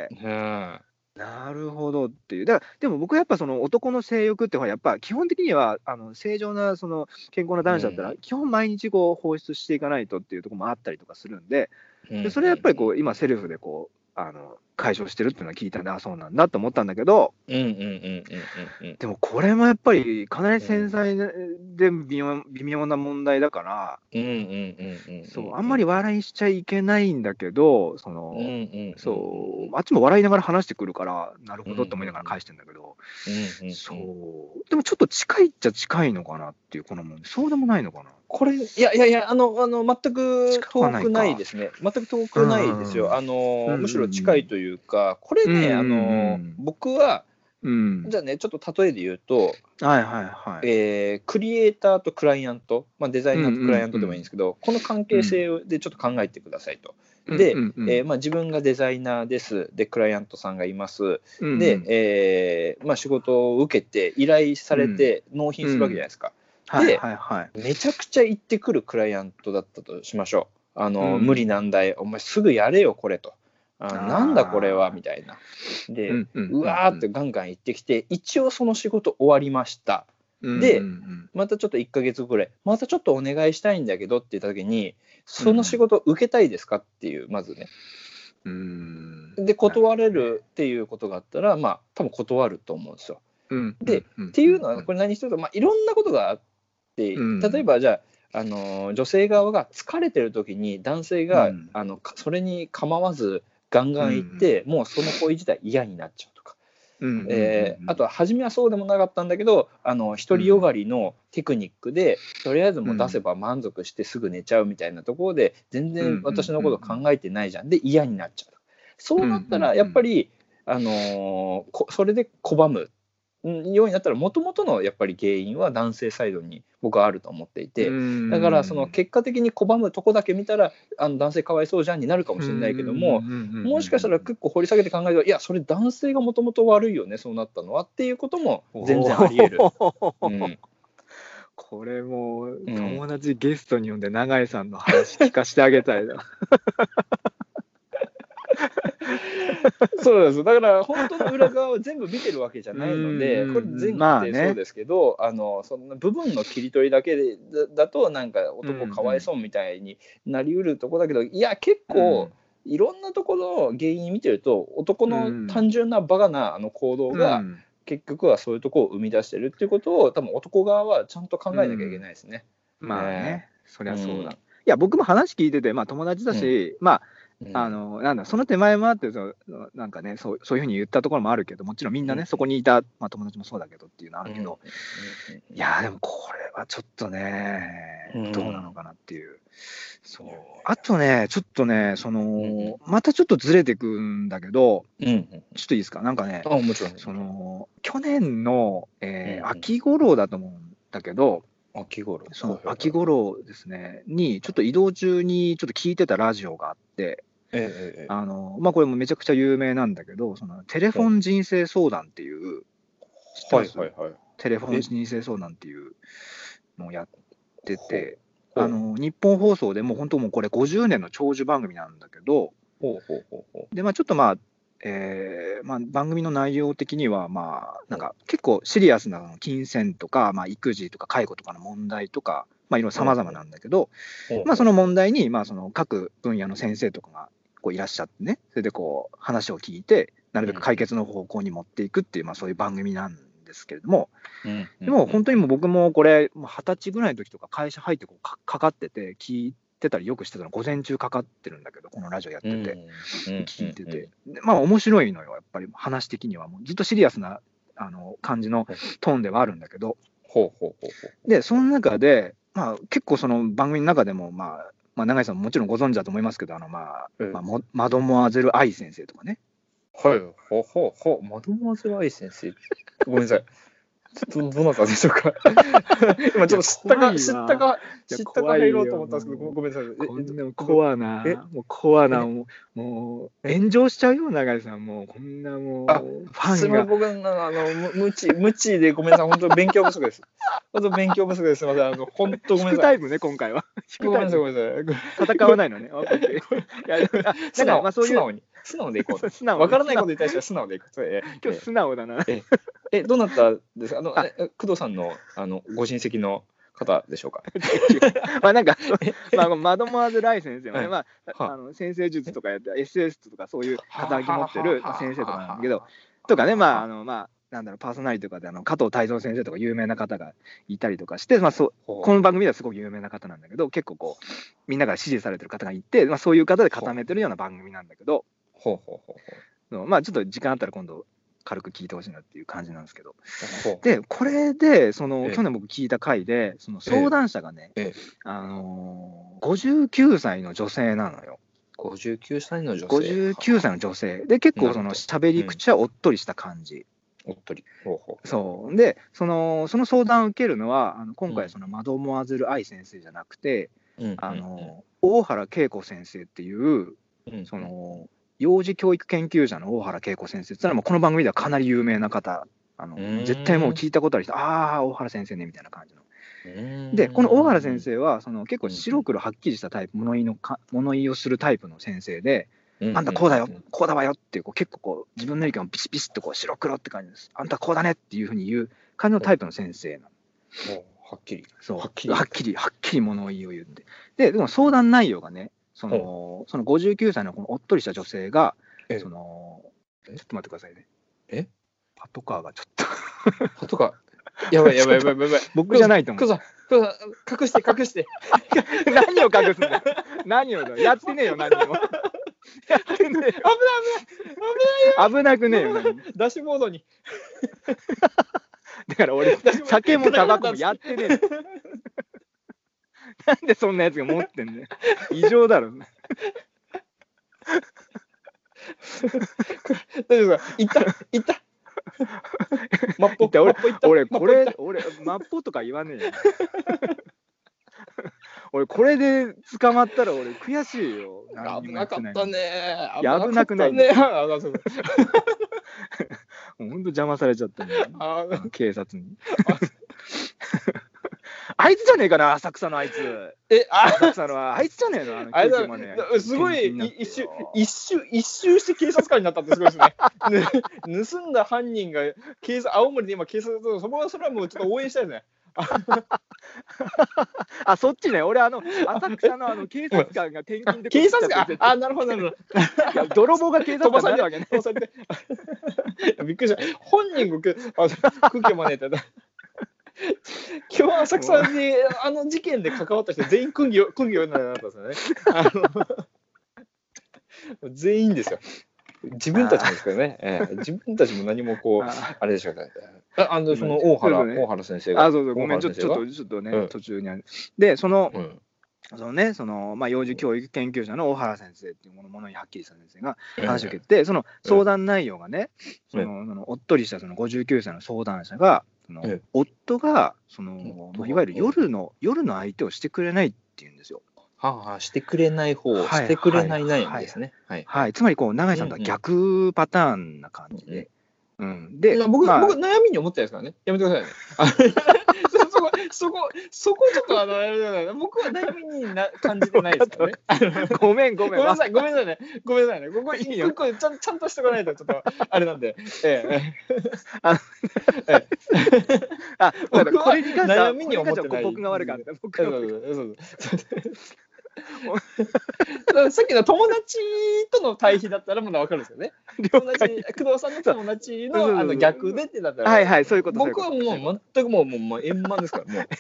うんうんなるほどっていう。だからでも僕はやっぱその男の性欲ってやっぱ基本的にはあの正常なその健康な男子だったら基本毎日こう放出していかないとっていうところもあったりとかするんで、でそれやっぱりこう今セルフでこうあの解消してるっていうのは聞いたんで、あそうなんだと思ったんだけど、でもこれもやっぱりかなり繊細で微妙、微妙な問題だから、そうあんまり笑いしちゃいけないんだけど、そのそうあっちも笑いながら話してくるからなるほどって思いながら返してんだけど、そうでもちょっと近いっちゃ近いのかなっていうこの問題、そうでもないのかな。 これいやいやいやあのあの全く遠くないですね。全く遠くないですよ。あのむしろ近いというか、これねあの僕は、うん、じゃあねちょっと例えで言うと、 はいはいはい、 えー、クリエイターとクライアント、まあ、デザイナーとクライアントでもいいんですけど、うんうんうん、この関係性でちょっと考えてくださいと。で、うんうんうんえーまあ、自分がデザイナーです。で、クライアントさんがいます。うんうん、で、えーまあ、仕事を受けて、依頼されて納品するわけじゃないですか。うんうん、で、はいはいはい、めちゃくちゃ言ってくるクライアントだったとしましょう。あの、うん、無理難題、お前すぐやれよ、これと。あなんだこれはみたいな。で、うんうんうんうん、うわーってガンガン言ってきて、一応その仕事終わりました。で、うんうんうん、またちょっといっかげつぐらい、またちょっとお願いしたいんだけどって言った時に、その仕事受けたいですかっていう、まずね。うん、で、断れるっていうことがあったら、まあ、多分断ると思うんですよ。うん、で、うん、っていうのは、これ何してると、まあ、いろんなことがあって、うん、例えばじゃあ、あの女性側が疲れてる時に男性が、うん、あのそれに構わずガンガン行って、うん、もうその行為自体嫌になっちゃうとか、えー、あとは初めはそうでもなかったんだけどあの独りよがりのテクニックで、うん、とりあえずもう出せば満足してすぐ寝ちゃうみたいなところで全然私のこと考えてないじゃんで嫌になっちゃう。そうなったらやっぱり、あのー、それで拒むようになったらもともとのやっぱり原因は男性サイドに僕はあると思っていて、だからその結果的に拒むとこだけ見たらあの男性かわいそうじゃんになるかもしれないけども、もしかしたら結構掘り下げて考えるといやそれ男性がもともと悪いよねそうなったのはっていうことも全然あり得る、うん、 これも友達ゲストに呼んで永井さんの話聞かせてあげたいなそうです。だから本当の裏側を全部見てるわけじゃないので、これ全部ってそうですけど、まあね、あのその部分の切り取りだけで だ, だとなんか男かわいそうみたいになりうるとこだけど、いや結構いろんなところの原因見てると男の単純なバカなあの行動が結局はそういうところを生み出してるっていうことを多分男側はちゃんと考えなきゃいけないですね。 まあね、そりゃそうだ。いや僕も話聞いてて、まあ、友達だし、うん、まああのなんだその手前もあってそなんかねそうそういうふうに言ったところもあるけど、もちろんみんなね、うん、そこにいた、まあ、友達もそうだけどっていうのあるけど、うんうん、いやでもこれはちょっとね、うん、どうなのかなっていう。そうあとねちょっとねその、うん、またちょっとずれてくんだけど、うん、ちょっといいですか。なんかね、 あもちろんその去年の、えーうんうん、秋頃だと思うんだけど、 秋頃その秋頃ですねにちょっと移動中にちょっと聞いてたラジオがあって、ええ、あのまあこれもめちゃくちゃ有名なんだけど、そのテレフォン人生相談っていう、知ってます？はいはいはい、テレフォン人生相談っていうのをやってて、あの日本放送でもう本当もうこれごじゅうねんの長寿番組なんだけど、ほうほうほうほうでまあちょっとまあえーまあ、番組の内容的には、まあ、なんか結構シリアスな金銭とか、まあ、育児とか介護とかの問題とか、まあ、いろいろ様々なんだけど、まあ、その問題に、まあ、その各分野の先生とかがこういらっしゃってね、それでこう話を聞いて、なるべく解決の方向に持っていくっていう、まあ、そういう番組なんですけれども、でも本当にもう僕もこれ、はたちぐらいの時とか会社入ってこう か, かかってて、聞いて、てたりよくしてたの午前中かかってるんだけど、このラジオやってて、うん、聞いてて、でまあ面白いのよ、やっぱり話的にはもうずっとシリアスなあの感じのトーンではあるんだけど、ほうほうほうほうでその中で、まあ、結構その番組の中でも、まあまあ、永井さんももちろんご存知だと思いますけど、あの、まあうんまあ、マドモアゼル・アイ先生とかね。 はい、ほうほうほう、マドモアゼル・アイ先生、ごめんなさい。ど, どなたでしょうか今ちょっと知ったか知ったか知ったか入ろうと思ったんですけど、ごめんなさい。 こんなコアなもうコアなもうもう炎上しちゃうよ永井さん。もうこんなもうあファンが僕のあの無知無知でごめんなさい。本当勉強不足です。本当勉強不足です。すみません。あの本当ごめんなさい。 引くタイプね今回は。 ごめんなさいごめんなさい。 戦わないのね。 いや素直まあそういう素直に素直でいこう。素直わからないことに対しては素直でいこう。 今日素直だな。 ええどなたですか。あのあ工藤さんのあのご親戚の方でしょうか。 まあなんか、まあ、マドモアゼル・アイ先生はね、まあ、あの先生術とかやって エスエス とかそういう肩書き持ってる先生とかなんだけど、とかね、まああのまあなんだろうパーソナリティとかであの加藤泰造先生とか有名な方がいたりとかして、まあそうこの番組ではすごく有名な方なんだけど、結構こうみんなが支持されてる方がいて、まあそういう方で固めてるような番組なんだけど、ほうほうほうほうまあちょっと時間あったら今度軽く聞いてほしいなっていう感じなんですけど、でこれでその去年僕聞いた回でその相談者がね、あのごじゅうきゅうさいの女性なのよ。 ごじゅうきゅうさいの女性。 ごじゅうきゅうさいの女性で結構その喋り口はおっとりした感じ。 おっとり。 そうでそのその相談を受けるのはあの今回そのマドモアゼル・アイ先生じゃなくて、あの大原恵子先生っていうその幼児教育研究者の大原恵子先生ってのはもうこの番組ではかなり有名な方、あの絶対もう聞いたことある人、ああ大原先生ねみたいな感じの。でこの大原先生はその結構白黒はっきりしたタイプ、物言いのか物言いをするタイプの先生で、あんたこうだよこうだわよっていう、こう結構こう自分の意見をビシビシッとこう白黒って感じです。あんたこうだねっていうふうに言う感じのタイプの先生なの。 はっきりそうはっきりはっきりはっきり物言いを言って、ででも相談内容がね、そのそのごじゅうきゅうさいのこのおっとりした女性が、そのちょっと待ってくださいね。 えパトカーがちょっとパトカーやばいやばいやばいやばい僕じゃないと思う。 隠して隠して何を隠すんだ何をだやってねえよ何もやってねえよ。危ない危ない危ない危なくねえよ何ダッシュボードにだから俺酒もタバコもやってねえなんでそんなやつが持ってんだよ。異常だろ大丈夫か。行った行ったマッポ俺俺これ俺マッポとか言わねえよ俺これで捕まったら俺悔しいよ。 危なかったね。 いや危なくないね。 もうほんと邪魔されちゃったね警察にあいつじゃねえかな浅草のあいつ。え浅草のあいつじゃねえのあのあれだ、ね、すごい一周一周一周して警察官になったってすごいですね盗んだ犯人が警察青森で今警察だとそこはそれはもうちょっと応援したいですねあそっちね。俺あの浅草のあの警察官が転勤で警察官あなるほどなるほど泥棒が警察官になるわけねびっくりした。本人が空気を真似てた今日浅草であの事件で関わった人全員訓議を訓議をなったんですよね。あの全員ですよ。自分たちもですけどね、えー、自分たちも何もこう、あ, あれでしょうね。あの、その大原、ね、大原先生が。 あ、そうそう、ごめん、ちょっと、ちょっとね、うん、途中にある。で、その、うん、そのね、その、まあ、幼児教育研究者の大原先生っていうものものにはっきりした先生が話を受けて、うん、その相談内容がね、うん、その、そのおっとりしたそのごじゅうきゅうさいの相談者が、その、うん、夫が、その、まあ、いわゆる夜の、夜の相手をしてくれないっていうんですよ。 はあ、してくれない方、はい、してくれない悩みですね。 はい。はいはい、つまり、こう、永井さんとは逆パターンな感じで。うんうんうん、で、 僕、 まあ、 僕、悩みに思ったやつからね。やめてくださいね。そ, そこ、そこ、そこちょっと、あの、僕は悩みにな感じてないですからね。 ごめん、ごめん。 ごめんなさい、ごめんなさいね。ごめんなさいね。ここ、一個一個ちゃん、ちゃんとしておかないと、ちょっと、あれなんで。ええ。あ、ええ。 あ、これに関しては、 悩みに思ってない。 僕が悪かった。僕が悪かった。そうさっきの友達との対比だったらまだ分かるんですよね。友達、工藤さんの友達のあの逆でってなったら、 はいはい、そういうこと。 僕はもう全くもうもう円満ですからもう。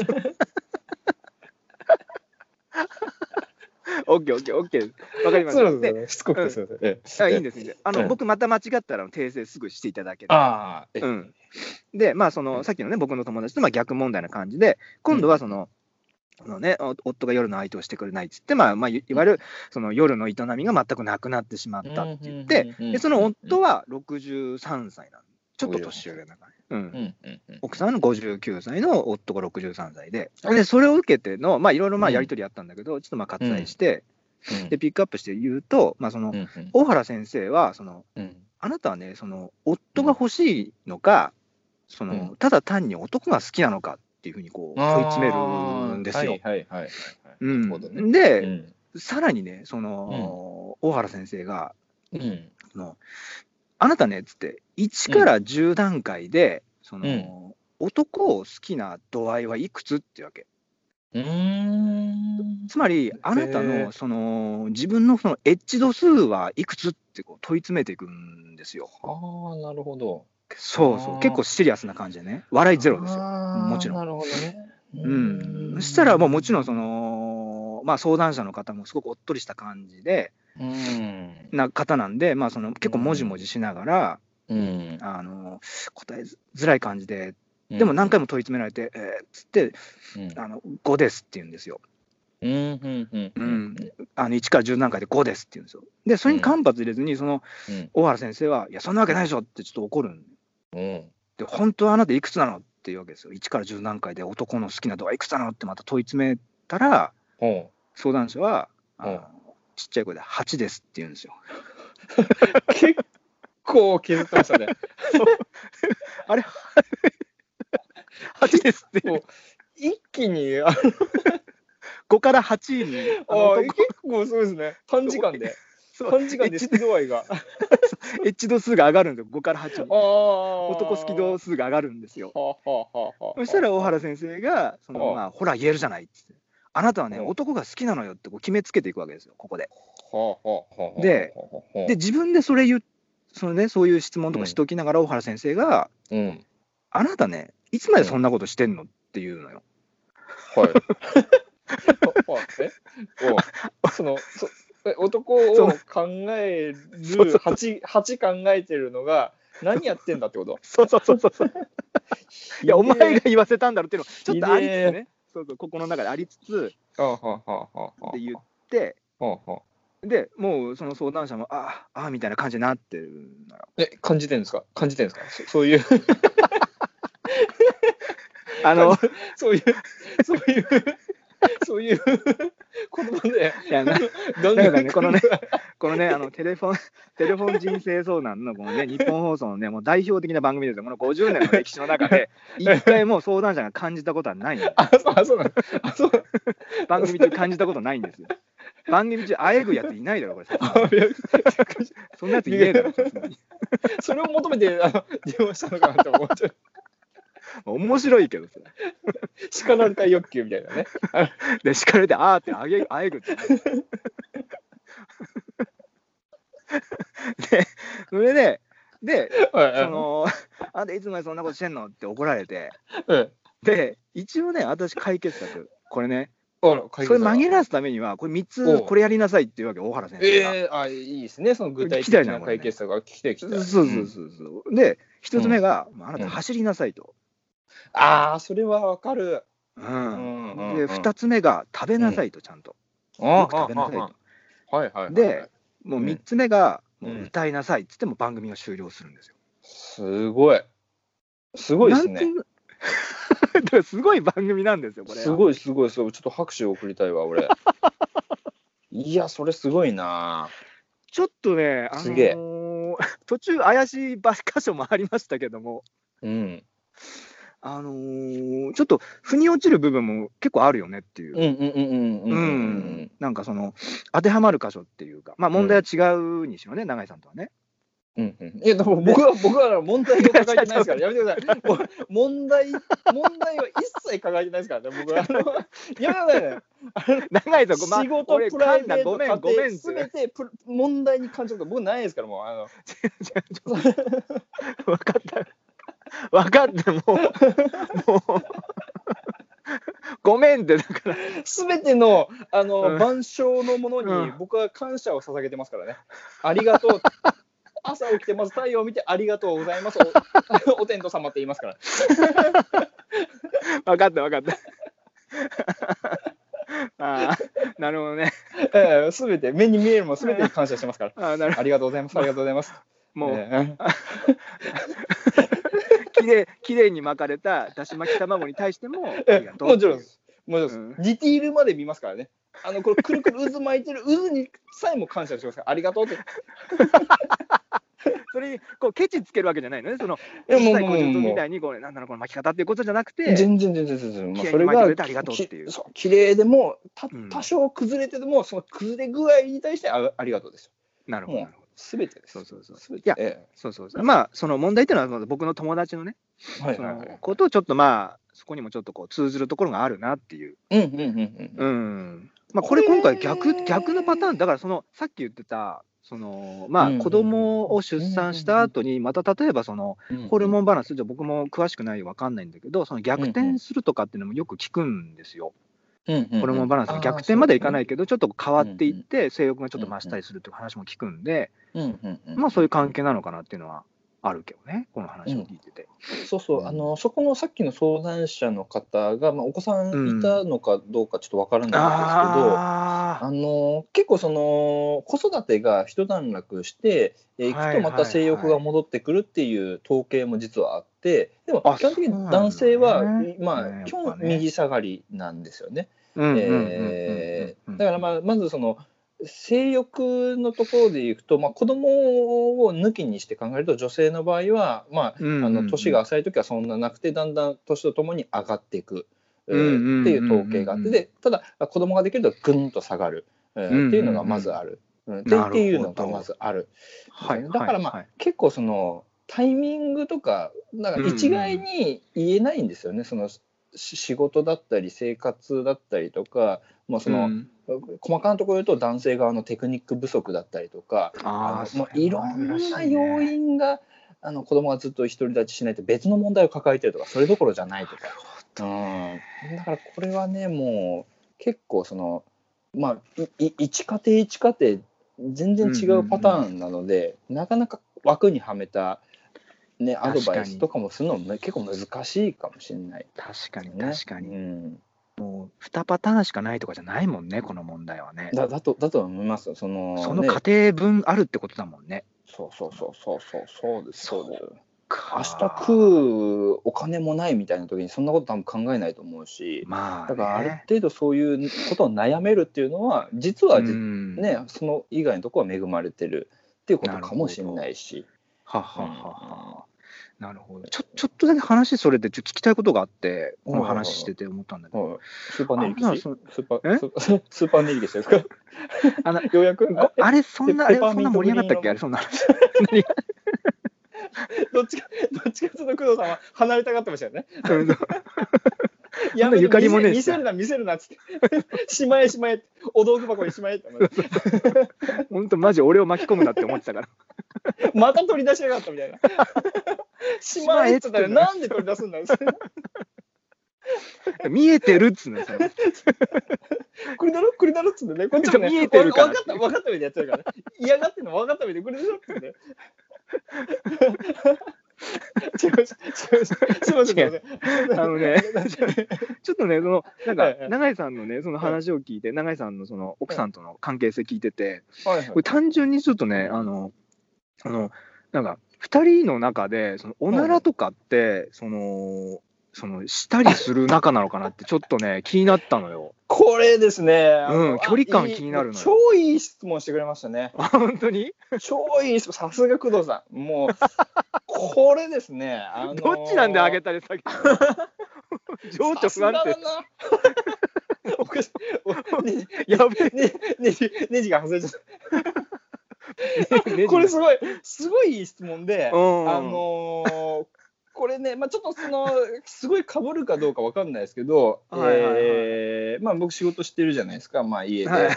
オッケーオッケーオッケー。わかりました。 そうですね。しつこくてすみません。 あ、いいんですいいんです。あの僕また間違ったら訂正すぐしていただける。 ああ。 うん。で、まあそのさっきのね僕の友達とまあ逆問題な感じで、今度はその。のね、夫が夜の相手をしてくれないっつって、まあまあ、いわゆるその夜の営みが全くなくなってしまったって言って、でその夫はろくじゅうさんさいなの。ちょっと年上だからね。うん。奥さんのごじゅうきゅうさいの夫がろくじゅうさんさいで、でそれを受けての、まあいろいろまあやり取りあったんだけど、ちょっとまあ割愛して、でピックアップして言うと、まあその大原先生はその、あなたはね、その夫が欲しいのか、そのただ単に男が好きなのか。っていうふうにこう問い詰めるんですよ。で、うん、さらにね、その、うん、大原先生が、うん、のあなたねっつっていちからじゅう段階で、その、うん、男を好きな度合いはいくつっていうわけ。うーん、つまりあなたのその自分のそのエッジ度数はいくつってこう問い詰めていくんですよ。 ああ、なるほど。 そうそう、結構シリアスな感じでね、笑いゼロですよ、もちろん。 なるほどね。 うん、そしたらもうもちろんその、まあ、相談者の方もすごくおっとりした感じで、うん、な方なんで、まあ、その結構もじもじしながら、うん、あの答えづらい感じで、でも何回も問い詰められて、うん、えー、っつって、うん、あのごですって言うんですよ。うんうんうんうん、あのいちからじゅう段階でごですって言うんですよ。でそれに間髪入れずにその、うん、大原先生は「いやそんなわけないでしょ」ってちょっと怒るんで、うん、本当はあなたいくつなのっていうわけですよ。いちからじゅう段階で男の好きな度はいくつなのってまた問い詰めたら、うん、相談者は、うん、ちっちゃい声ではちですって言うんですよ。 結構削ってましたね。 あれはちですってもう一気にあのごからはちにあ結構そうですね。短時間で短時間で好き度合いがエッジ度数が上がるんですよ。ごからはちに男好き度数が上がるんですよ。そしたら大原先生がその、まあ、ほら言えるじゃないっつって、あなたはね男が好きなのよってこう決めつけていくわけですよ、ここで。でで自分でそれ言うその、ね、そういう質問とかしておきながら、大原先生が、うん、あなたねいつまでそんなことしてんのって言うのよ。 はい。えおそのそ男を考えるはち、はち考えてるのが何やってんだってこと。 そうそうそうそういやお前が言わせたんだろっていうのちょっとありつつね、そうそうここの中でありつつって言ってでもうその相談者もああみたいな感じになってるのよ。 え感じてるんですか感じてるんですか そ, そういうあのそういうそういうそういう言葉で、 いやな、だからね、このね、このね、あのテレフォン、テレフォン人生相談のこのね、日本放送のね、もう代表的な番組ですよ。このごじゅうねんの歴史の中で、一回も相談者が感じたことはないんです。 あ、そう、そうなんあ、そう。 番組中感じたことないんですよ。番組中、あえぐやついないだろ、これ。そんなやついねえだろ、 それを求めて、あの、電話したのかなと思っちゃう。 面白いけどさ叱られたい欲求みたいなねで叱られてあーってあげあえぐってでそれでで、はいはい、そのあんたいつまでそんなことしてんのって怒られて、はい、で一応ね私解決策これねあらそれ紛らわすためにはこれみっつこれやりなさいっていうわけ、大原先生が。 えー、あいいですね、その具体的な解決策が聞きたい聞きたい。 そうそうそうそう。でひとつめが、あなた走りなさいと。 ああ、それはわかる。 うん。でふたつめが食べなさいと、ちゃんと。よく食べなさいと。 はいはい。 でもうみっつめがもう歌いなさいっつっても番組が終了するんですよ。 すごい。すごいですね。 すごい番組なんですよこれ。 すごいすごいすごい。ちょっと拍手を送りたいわ俺。いやそれすごいな。 ちょっとね、あのー、途中怪しい箇所もありましたけども、 うん、 あのー、ちょっと腑に落ちる部分も結構あるよねっていう。なんかその当てはまる箇所っていうか、まあ問題は違うにしろね、永井さんとはね。 うんうん、いやでも僕は僕は問題を抱えてないですからやめてください。問題問題は一切抱えてないですからね僕は。あのやめてください。 長いぞ、 まあ、仕事プライベート家庭すべて問題に感じること僕ないですからもうあの。 分かった分かったもうもう。ごめんってだから全てのあの、うん、万象のものに僕は感謝を捧げてますからね。ありがとう。朝起きてまず太陽を見てありがとうございます お, お天道様って言いますから。 分かった分かった。あなるほどね。 えー、全て目に見えるも全てに感謝してますから。あ, なるありがとうございますありがとうございます。 もう、えー、きれいきれいに巻かれただし巻き卵に対してもありがとう。 もちろんです。もちろんです、うん、ディティールまで見ますからね。あのこれくるくる渦巻いてる渦にさえも感謝しますから。ありがとうって。 それにこうケチつけるわけじゃないのね。その一切小術みたいにこうなんだろうこの巻き方っていうことじゃなくて、 全然全然全然、 まあ、それがありがとうっていう。 そう綺麗でもた多少崩れてでも、うん、その崩れ具合に対してありがとうですよ。 なるほど。 すべてです。 そうそうそう。 すべて。 いや、ええ、そうそうそう。まあその問題っていうのは僕の友達のね、はいはいはい、そのことをちょっとまあそこにもちょっとこう通ずるところがあるなっていう。 うんうんうんうん。 うん。まあこれ今回逆逆のパターンだからそのさっき言ってた。そのまあ子供を出産した後にまた例えばそのホルモンバランスじゃ僕も詳しくない分かんないんだけどその逆転するとかっていうのもよく聞くんですよ。ホルモンバランスが逆転までいかないけどちょっと変わっていって性欲がちょっと増したりするっていう話も聞くんでまあそういう関係なのかなっていうのはあるけどねこの話を聞いてて、 うん、そうそう、うん、あのそこのさっきの相談者の方が、まあ、お子さんいたのかどうかちょっとわからないんですけど、うん、ああの結構その子育てが一段落していくとまた性欲が戻ってくるっていう統計も実はあって、でも基本的に男性は、ね、まあ、基本右下がりなんですよね。だからまあまずその性欲のところでいくと、まあ、子供を抜きにして考えると女性の場合は、まあ、あの年が浅い時はそんななくてだんだん年とともに上がっていくっていう統計があってでただ子供ができるとぐんと下がるっていうのがまずあるっていうのがまずある。だからまあ結構そのタイミングとかなんか一概に言えないんですよね。その仕事だったり生活だったりとか、まあその、うん、細かなところ言うと男性側のテクニック不足だったりとかあのもういろんな要因があの子供がずっと独り立ちしないと別の問題を抱えてるとかそれどころじゃないとか、うん、だからこれはねもう結構そのまあ一家庭一家庭全然違うパターンなので、うんうんうん、なかなか枠にはめたね、アドバイスとかもするのも結構難しいかもしれない、ね、 確かに確かに、うん、もうにパターンしかないとかじゃないもんねこの問題はね。 だだとだと思います。そのその過程分あるってことだもんね。 そうそうそうそうそうそうですそうです。明日食うお金もないみたいな時にそんなこと多分考えないと思うし、まあ、だからある程度そういうことを悩めるっていうのは実はじ、ね、その以外のところは恵まれてるっていうことかもしれないし。 はははは、うん、なるほど。ちょちょっとだけ話それでちょっと聞きたいことがあってこの話してて思ったんだけど、はいはい、 スーパーネリケシスーパースーパーネリケシですか？ あのようやくあれそんなあれそんな盛り上がったっけあれそんな話どっちかどっちかというと工藤さんは離れたがってましたよね。 いやゆかりもね見せるな見せるなっつってしまえしまえお道具箱にしまえって本当マジ俺を巻き込むなって思ってたからまた取り出しやがったみたいなしまえって言ったらなんで取り出すんだ見えてるっつうのそのこれだろこれだろっつってね、こっちもね、 見えてるから分かった分かった上でやってるから、ね、嫌がってんの分かった上でこれだろっつってね。違う違う違うすいません。 あのねちょっとねそのなんか永井さんのねその話を聞いて、永井さんのその奥さんとの関係性聞いてて、これ単純にちょっとねあのあのなんかふたりの中でそのおならとかってそのそのしたりする仲なのかなってちょっとね気になったのよ。 これですね、 うん、距離感気になるのよ。 超いい質問してくれましたね。 本当に超いい質問、さすが工藤さん。もうこれですね、あのー、 どっちなんであげたりさっき情緒不安定おかしいやべえ、 ね、ネジネジが外れちゃったこれすごいすごいいい質問で、あのーこれね、まあ、ちょっとそのすごい被るかどうかわかんないですけど、えーまあ、僕仕事してるじゃないですか、まあ、家で。はい、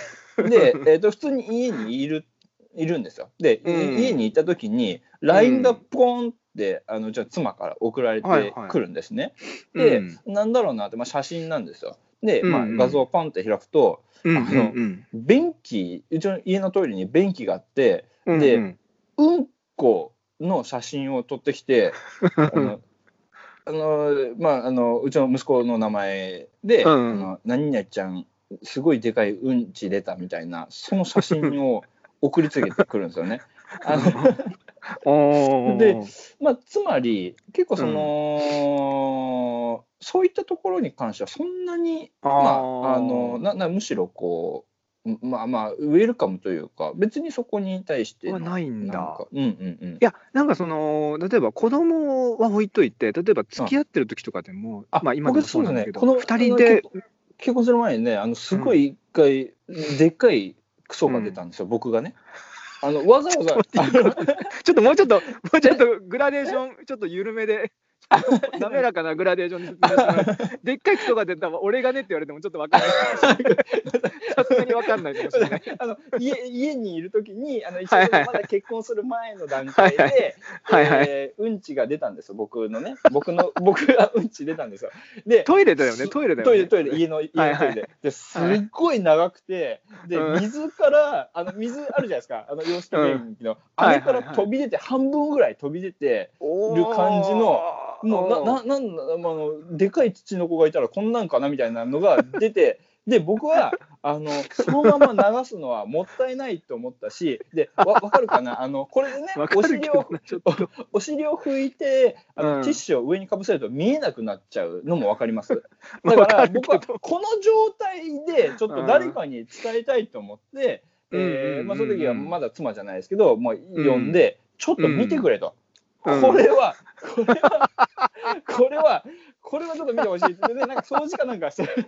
で、えーと、普通に家にいるいるんですよ。で、うん、家にいた時に ライン がポンって、うん、あのじゃあ妻から送られてくるんですね。はいはい、で、うん、なんだろうなって、まあ、写真なんですよ。で、まあ、画像をパンって開くと、うん、あの、うん、便器、うちの家のトイレに便器があって、うん、で、うんこの写真を撮ってきてあのあの、まあ、あのうちの息子の名前で、うん、あの何々ちゃんすごいでかいうんち出たみたいなその写真を送りつけてくるんですよね。あので、まあ、つまり結構その、うん、そういったところに関してはそんなにまああのななむしろこうまあまあウェルカムというか別にそこに対してはないんだ。 うんうんうん、いやなんかその例えば子供は置いといて例えば付き合ってる時とかでも、うん、まあ今でもそうなんだけど、ね、ふたりで結婚する前にねあのすごい一回、うん、でっかいクソが出たんですよ、うん、僕がね。あのわざわざちょっともうちょっともうちょっとグラデーションちょっと緩めで。滑らかなグラデーションに説明してもらう。でっかい人が出たら俺がねって言われてもちょっと分かんない。さすがに分かんないかもしれない。 あの 家, 家にいる時にあの一緒にまだ結婚する前の段階でうんちが出たんですよ僕のね僕の僕がうんち出たんですよ。でトイレだよねトイレだよね。 トイレトイレ家の家のトイレ、はいはい、ですっごい長くてで水からあの水あるじゃないですかあの洋式便器の、うん、あれから飛び出て半分ぐらい飛び出てる感じの。もうなななんあのでかい土の子がいたらこんなんかなみたいなのが出てで僕はあのそのまま流すのはもったいないと思ったしで わ, わかるかなあのこれでねお尻をお尻を拭いてあの、うん、ティッシュを上にかぶせると見えなくなっちゃうのもわかります。だから僕はこの状態でちょっと誰かに伝えたいと思って、うんえーまあ、その時はまだ妻じゃないですけどもう呼んで、うん、ちょっと見てくれと。これは、これは、これは、これはちょっと見てほしいって言ってね、なんか掃除かなんかしてる。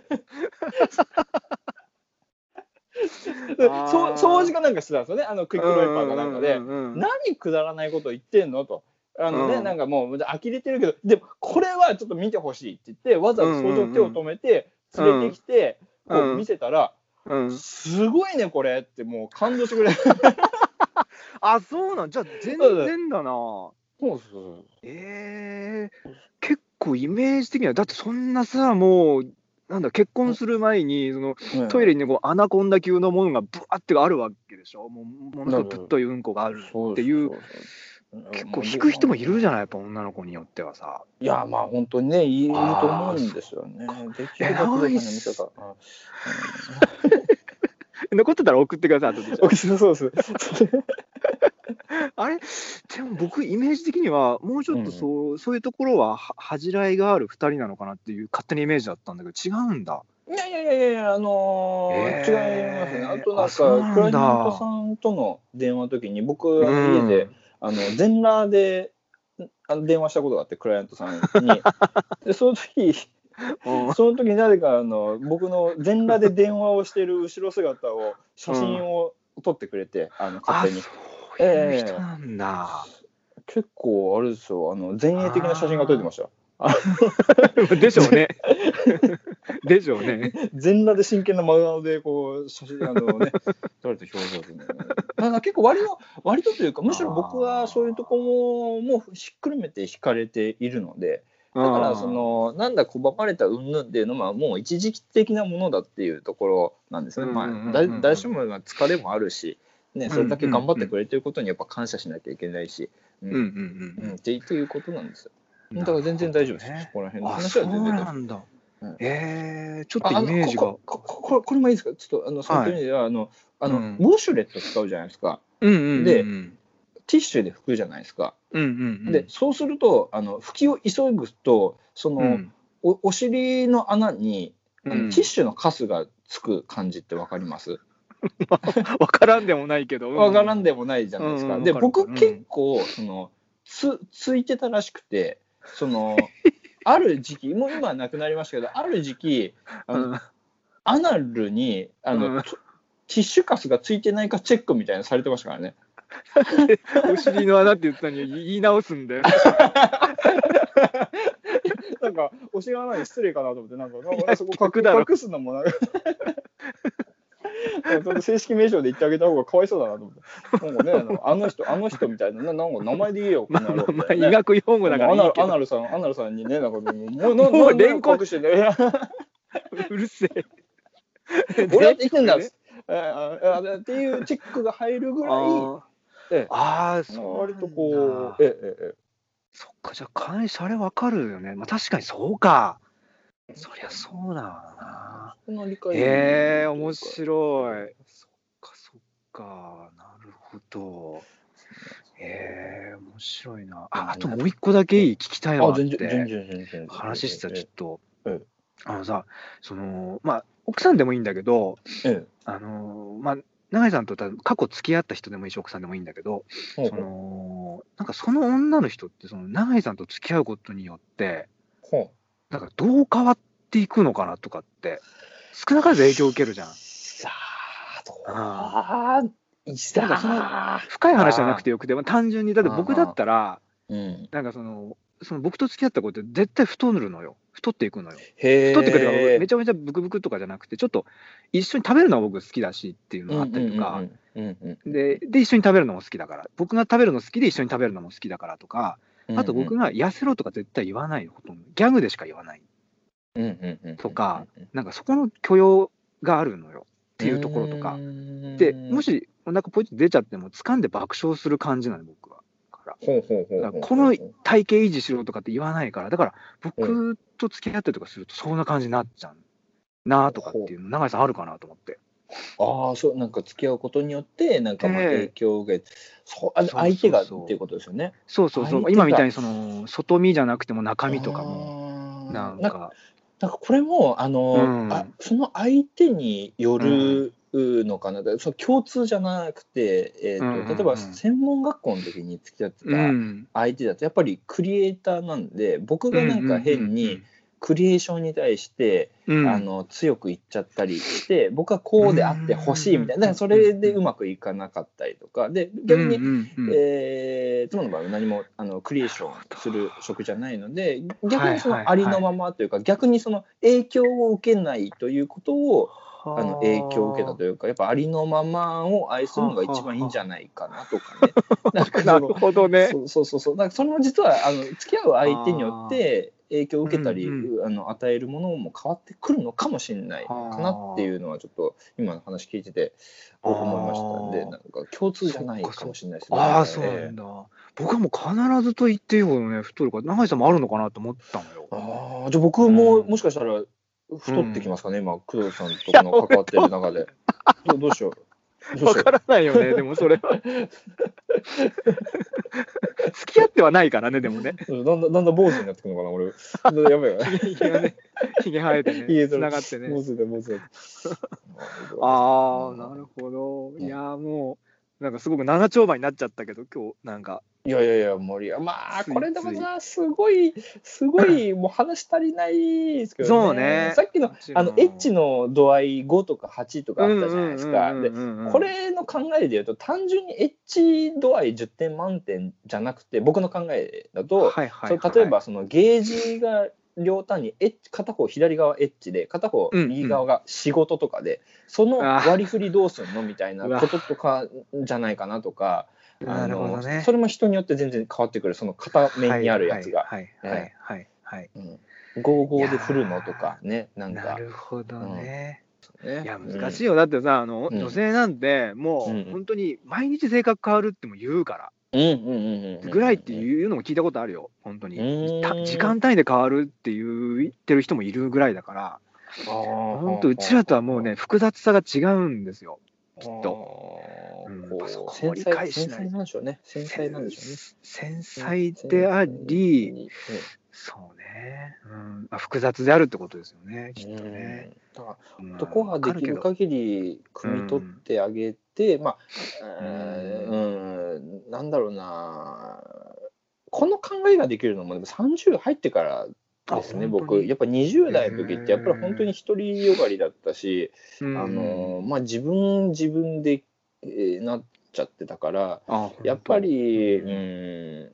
そう掃除かなんかしてたんですよね、あのクイックワイパーかなんかで。何くだらないこと言ってんのと。あのね、うん、なんかもう呆れてるけど、でもこれはちょっと見てほしいって言って、わざわざ掃除を手を止めて、連れてきて、こう見せたら、うんうん、すごいね、これってもう感動してくれる。 あ、そうなんじゃあ全然だな。 そうそうえー、結構イメージ的にはだってそんなさもうなんだ結婚する前にその、うん、トイレにこうアナコンダ級のものがブワッてあるわけでしょ。もうものすごくぶっというんこがあるっていう結構引く人もいるじゃないやっぱ女の子によってはさ。 いやまあ本当にねいると思うんですよね。できるだけど見せた。 残ってたら送ってください後で。 送ってそうです。 あれでも僕イメージ的にはもうちょっとそう、うん、そういうところは恥じらいがあるふたりなのかなっていう勝手なイメージだったんだけど違うんだ。 いやいやいやいやあのーえー、違いますね。あとなんかクライアントさんとの電話の時に僕は家で、うん、あの全裸であの電話したことがあってクライアントさんにでその時その時なぜかあの僕の全裸で電話をしている後ろ姿を写真を撮ってくれて、うん、あの勝手に。 そういう人なんだ、 えー、結構あれですよあの前衛的な写真が撮れてました。 でしょうね。でしょうね。 全裸で真剣な真顔でこう写真あのね撮られた表情ですね。なんか結構割と割とというかむしろ僕はそういうところもひっくるめて惹かれているので。 だからそのなんだ拒まれた云々っていうのはもう一時的なものだっていうところなんですね。まあ誰しもが疲れもあるし、ね、それだけ頑張ってくれてることにやっぱ感謝しなきゃいけないし、うんうんうんうんっていうことなんですよ。だから全然大丈夫です。そこら辺の話は全然大丈夫。 そうなんだ。えー、ちょっとイメージがこここここれもいいですか。ちょっとあのその意味ではあのあの、うん、ウォシュレット使うじゃないですか。 うんうんうんうん、 でティッシュで拭くじゃないですか。 うんうんうん、 でそうするとあの拭きを急ぐとその、うん、お, お尻の穴にあの、うん、ティッシュのカスがつく感じってわかります？ わからんでもないけど。 わからんでもないじゃないですか。うん、で僕、うん、結構そのつついてたらしくてそのある時期もう今はなくなりましたけどある時期あの、うん、アナルにあの、うん、ティッシュカスがついてないかチェックみたいなのされてましたからね。 お尻の穴って言ったのに言い直すんだよ。 なんかお尻の穴に失礼かなと思ってなんかなんかそこ隠すのもなんか正式名称で言ってあげた方がかわいそうだなと思って。なんかね、なんかあの人あの人みたいななんか名前で言えよ。 まあまあまあ、医学用語だからいいけど。 アナルさんアナルさんにねなんかもうもう連呼してね。 うるせえ。 俺はできてんだっていうチェックが入るぐらい。 ええ、ああ、そう割とこう、ええええ、 そっか、じゃあ、監視、あれわかるよね。まあ、確かにそうか。そりゃそうだわな。 その理解へえ、面白い。そっか、そっか。なるほど。へえ、面白いな。あ、あともう一個だけいい聞きたいのがあって、話してたちょっと、あのさ、その、まあ、奥さんでもいいんだけど、 ええ、 あの、まあ、永井さんと過去付き合った人でもいいし奥さんでもいいんだけど、 ほうほうそのなんかその女の人ってその永井さんと付き合うことによってほうなんかどう変わっていくのかなとかって少なからず影響を受けるじゃん。 さあどうあなんかその深い話じゃなくてよくて単純にだって僕だったら、うん、なんかそのその僕と付き合った子って絶対太るのよ。太っていくのよ。太っていくとかめちゃめちゃブクブクとかじゃなくてちょっと一緒に食べるのは僕好きだしっていうのがあったりとかでで一緒に食べるのも好きだから僕が食べるの好きで一緒に食べるのも好きだからとかあと僕が痩せろとか絶対言わないほとんどギャグでしか言わないとかなんかそこの許容があるのよっていうところとかでもしお腹ポイッと出ちゃっても掴んで爆笑する感じなの僕は。この体型維持しろとかって言わないからだから僕と付き合ったりとかするとそんな感じになっちゃうなとかっていうの永井さんあるかなと思って。 ああそうなんか付き合うことによってなんかまあ影響を受けて、そうあ相手がっていうことですよね。 そうそうそう今みたいにその外見じゃなくても中身とかもなんかなんかこれもあの、うん、あその相手によるのかな、うん、その共通じゃなくて、えーとうんうんうん、例えば専門学校の時に付き合ってた相手だとやっぱりクリエイターなんで僕がなんか変にクリエーションに対して、うん、あの強く言っちゃったりして僕はこうであってほしいみたいな、だからそれでうまくいかなかったりとかで逆に、うんうんうんえー、妻の場合は何もあのクリエーションする職じゃないので逆にそのありのままというか、はいはいはい、逆にその影響を受けないということをあの影響を受けたというかやっぱありのままを愛するのが一番いいんじゃないかなとかね。 なんかなるほどね。 そうそうそうそう。なんかその実はあの付き合う相手によって影響を受けたり、うんうん、あの与えるものも変わってくるのかもしれないかなっていうのはちょっと今の話聞いてて思いましたんでなんか共通じゃないかもしれないですね。 ああそうなんだ。僕はもう必ずと言っていいほどね太るから永井さんもあるのかなと思ったのよ。 ああじゃあ僕も、うん、もしかしたら太ってきますかね、うん、今工藤さんとの関わってる中でどうどうしようわからないよねでもそれは付き合ってはないからねでもねだんだんだんだん坊主になってくるのかな俺やばいよねひげがねひげ生えてねつながってね坊主で坊主でああなるほどいやもうなんかすごく長丁場になっちゃったけど今日なんかいやいやいや盛りまあこれでもさすごいすごいもう話足りないですけどね。 そうねさっきのあのエッチの度合いごとかはちとかあったじゃないですか。でこれの考えで言うと単純にエッチ度合いじゅってん満点じゃなくて僕の考えだと、はいはいはい、そ例えばそのゲージが両端にエッチ片方左側エッチで片方右側が仕事とかで、うんうん、その割り振りどうすんのみたいなこととかじゃないかなとか。あのね、それも人によって全然変わってくるその片面にあるやつがはい。 うん、ゴーゴーで振るのとかね、なんか。 なるほどね。うん、いや難しいよ、 よ。だってさ、あの、うん、女性なんてもう本当に毎日性格変わるっても言うから。 うんうんうんうん。 ぐらいっていうのも聞いたことあるよ、本当に。時間単位で変わるっていう言ってる人もいるぐらいだから、本当うちらとはもうね、複雑さが違うんですよ、きっと。うん、そこも理解しない。 繊細なんでしょうね。繊細なんでしょうね。 繊細であり、そうね、うん、まあ、複雑であるってことですよね、きっとね。 だから男ができる限り汲み取ってあげて、まあ、うん、なんだろうな、この考えができるのもさんじゅう入ってからですね。僕やっぱにじゅう代の時ってやっぱり本当に独りよがりだったし、あのまあ自分自分で、えー、なっちゃってたから、やっぱり、うん、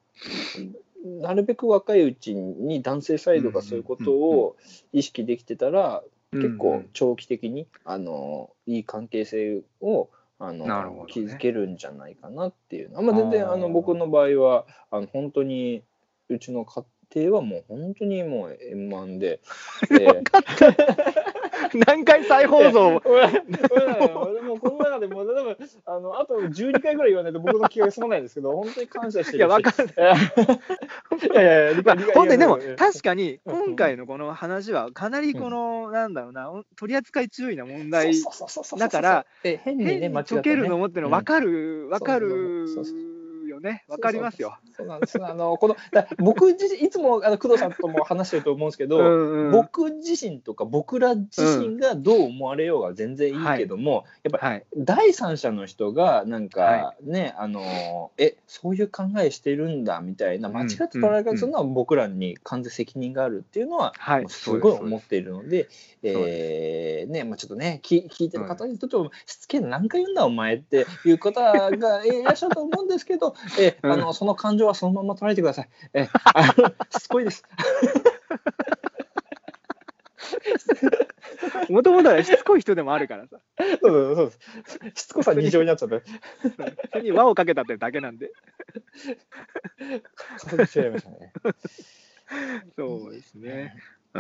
なるべく若いうちに男性サイドがそういうことを意識できてたら、結構長期的にあのいい関係性をあの築けるんじゃないかなっていうのは、まあ、全然あの僕の場合はあの本当にうちの家庭はもう本当にもう円満で。 分かった何回再放送もうこの中でもう例えばあのあとじゅうにかいぐらい言わないと僕の気が済まないんですけど、本当に感謝してるし。いや分かんないいやいや理解本当にでも確かに今回のこの話はかなりこの、うん、なんだろうな取り扱い注意な問題だから変にね間違って解けるのもっての分かる分かるよね、分かりますよ。 そうなんです。あのこの僕自身いつもあの工藤さんとも話してると思うんですけど、うん、僕自身とか僕ら自身がどう思われようが全然いいけども、うん、やっぱり、はい、第三者の人がなんかね、はい、あのえそういう考えしてるんだみたいな間違った捉え方するのは僕らに完全責任があるっていうのは、はい、すごい思っているので、えー、ねまあちょっとね聞いてる方にとってもしつけ何回言うんだお前っていう方がいらっしゃると思うんですけど。えあのその感情はそのまま捉えてください。えあのしつこいです。 もともとはしつこい人でもあるからさ。 そうそうそう。しつこさ二乗になっちゃって。 それに輪をかけたってだけなんで。 重ねちゃいましたね。 そうですね。うん、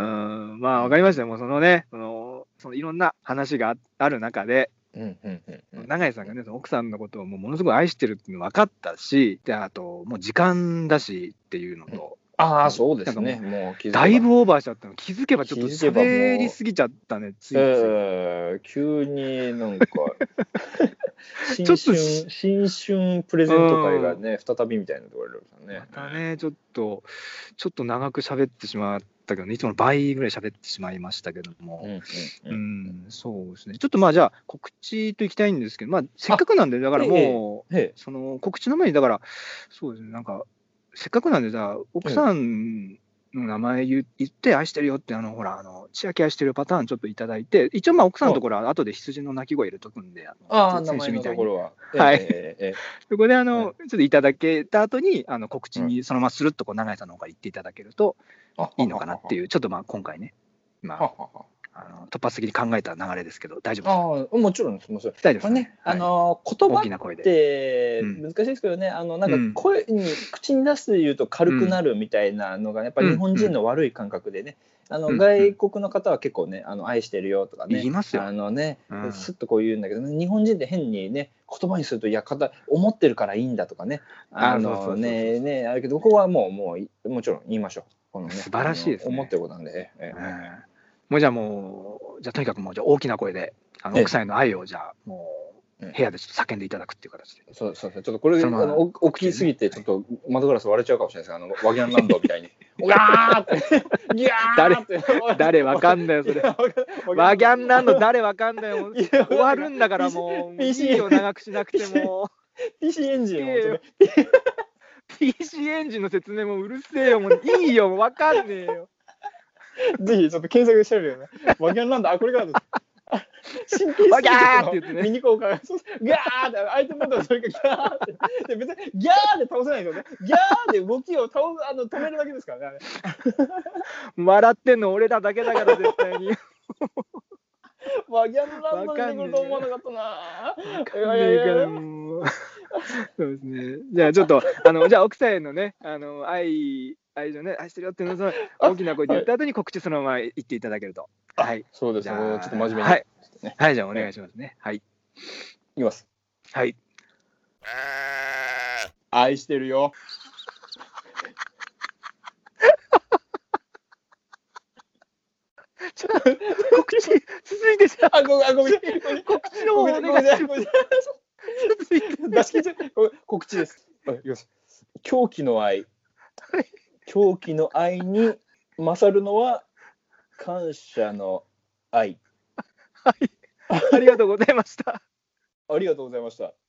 まあわかりましたよ。もうそのね、そのそのいろんな話がある中で。永井さんがね、その奥さんのことをもうものすごい愛してるっていうの分かったし、であともう時間だしっていうのと、うん、 ああそうですね、もうだいぶオーバーしちゃったの、気づけばちょっと喋りすぎちゃったね、ついつい、 えー、急になんか新春新春プレゼント会がね、うん、再びみたいなところですよね。 またね、ちょっとちょっと長く喋ってしまったけど、ね、いつもの倍ぐらい喋ってしまいましたけども、うん、うんうん、そうですね。ちょっとまあじゃあ告知といきたいんですけど、まあせっかくなんでだからもう、ええ、その告知の前にだからそうですね、なんかせっかくなんでじゃあ奥さんの名前言って愛してるよってあのほらあの千秋愛してるパターンちょっといただいて、一応まあ奥さんのところは後で羊の鳴き声入れとくんで、 ああ先週みたいに、ははい、ええええ、そこであの、ええ、ちょっといただけた後にあの告知にそのままするっとこう永井さんの方から言っていただけるといいのかなっていう、ちょっとまあ今回ね、まああの突発的に考えた流れですけど大丈夫ですか？ あもちろんです、もちろん大丈夫ですね。 あの言葉って難しいですけどね、あのなんか声に口に出すと言うと軽くなるみたいなのがやっぱり日本人の悪い感覚でね、あの外国の方は結構ねあの愛してるよとかね言いますよ。 あのねすっとこう言うんだけど、日本人って変にね言葉にするといや思ってるからいいんだとかね、あのねねあるけどここはもうもうもちろん言いましょう。このね素晴らしいですね。 思ってることなんで。ええもうじゃあもうじゃあとにかくもうじゃあ大きな声であの奥さんへの愛をじゃあもう部屋でちょっと叫んでいただくっていう形で。 そうそうそう、ちょっとこれあの大きすぎてちょっと窓ガラス割れちゃうかもしれないです。あのワギャンランドみたいに。うわーってギャーって誰わかんだよそれ。ワギャンランド誰わかんだよ。終わるんだからもう ピーシー を長くしなくても。 ピーシー エンジンを。 ピーシー エンジンの説明もうるせえよもういいよわかんねえよ。 ぜひちょっと検索してみるよね。ワギャンランド、あ、これからです。神経ワギャーって言ってね。 ミニコーカーが、ギャーって、相手のことそれがギャーって。で、別にギャーで倒せないですよね。ギャーで動きを倒あの止めるだけですからね。 笑ってんの俺らだけだから絶対に。 ワギャンランドに出てくると思わなかったな。 そうですね。じゃあちょっとあのじゃあ奥さんへのねあの愛愛情ね、愛してるよっていうのをその大きな声で言った後に告知そのまま言っていただけると。はい。 そうですね。ちょっと真面目に、 はい。はい、じゃあお願いしますね。はい。いきます。 はい。 愛してるよ。 告知続いてじゃあ、 ごめんごめん告知の方お願いします。続いて出し切っちゃう。告知です。狂気の愛。狂気の愛に勝るのは感謝の愛。 はい。ありがとうございました。 ありがとうございました。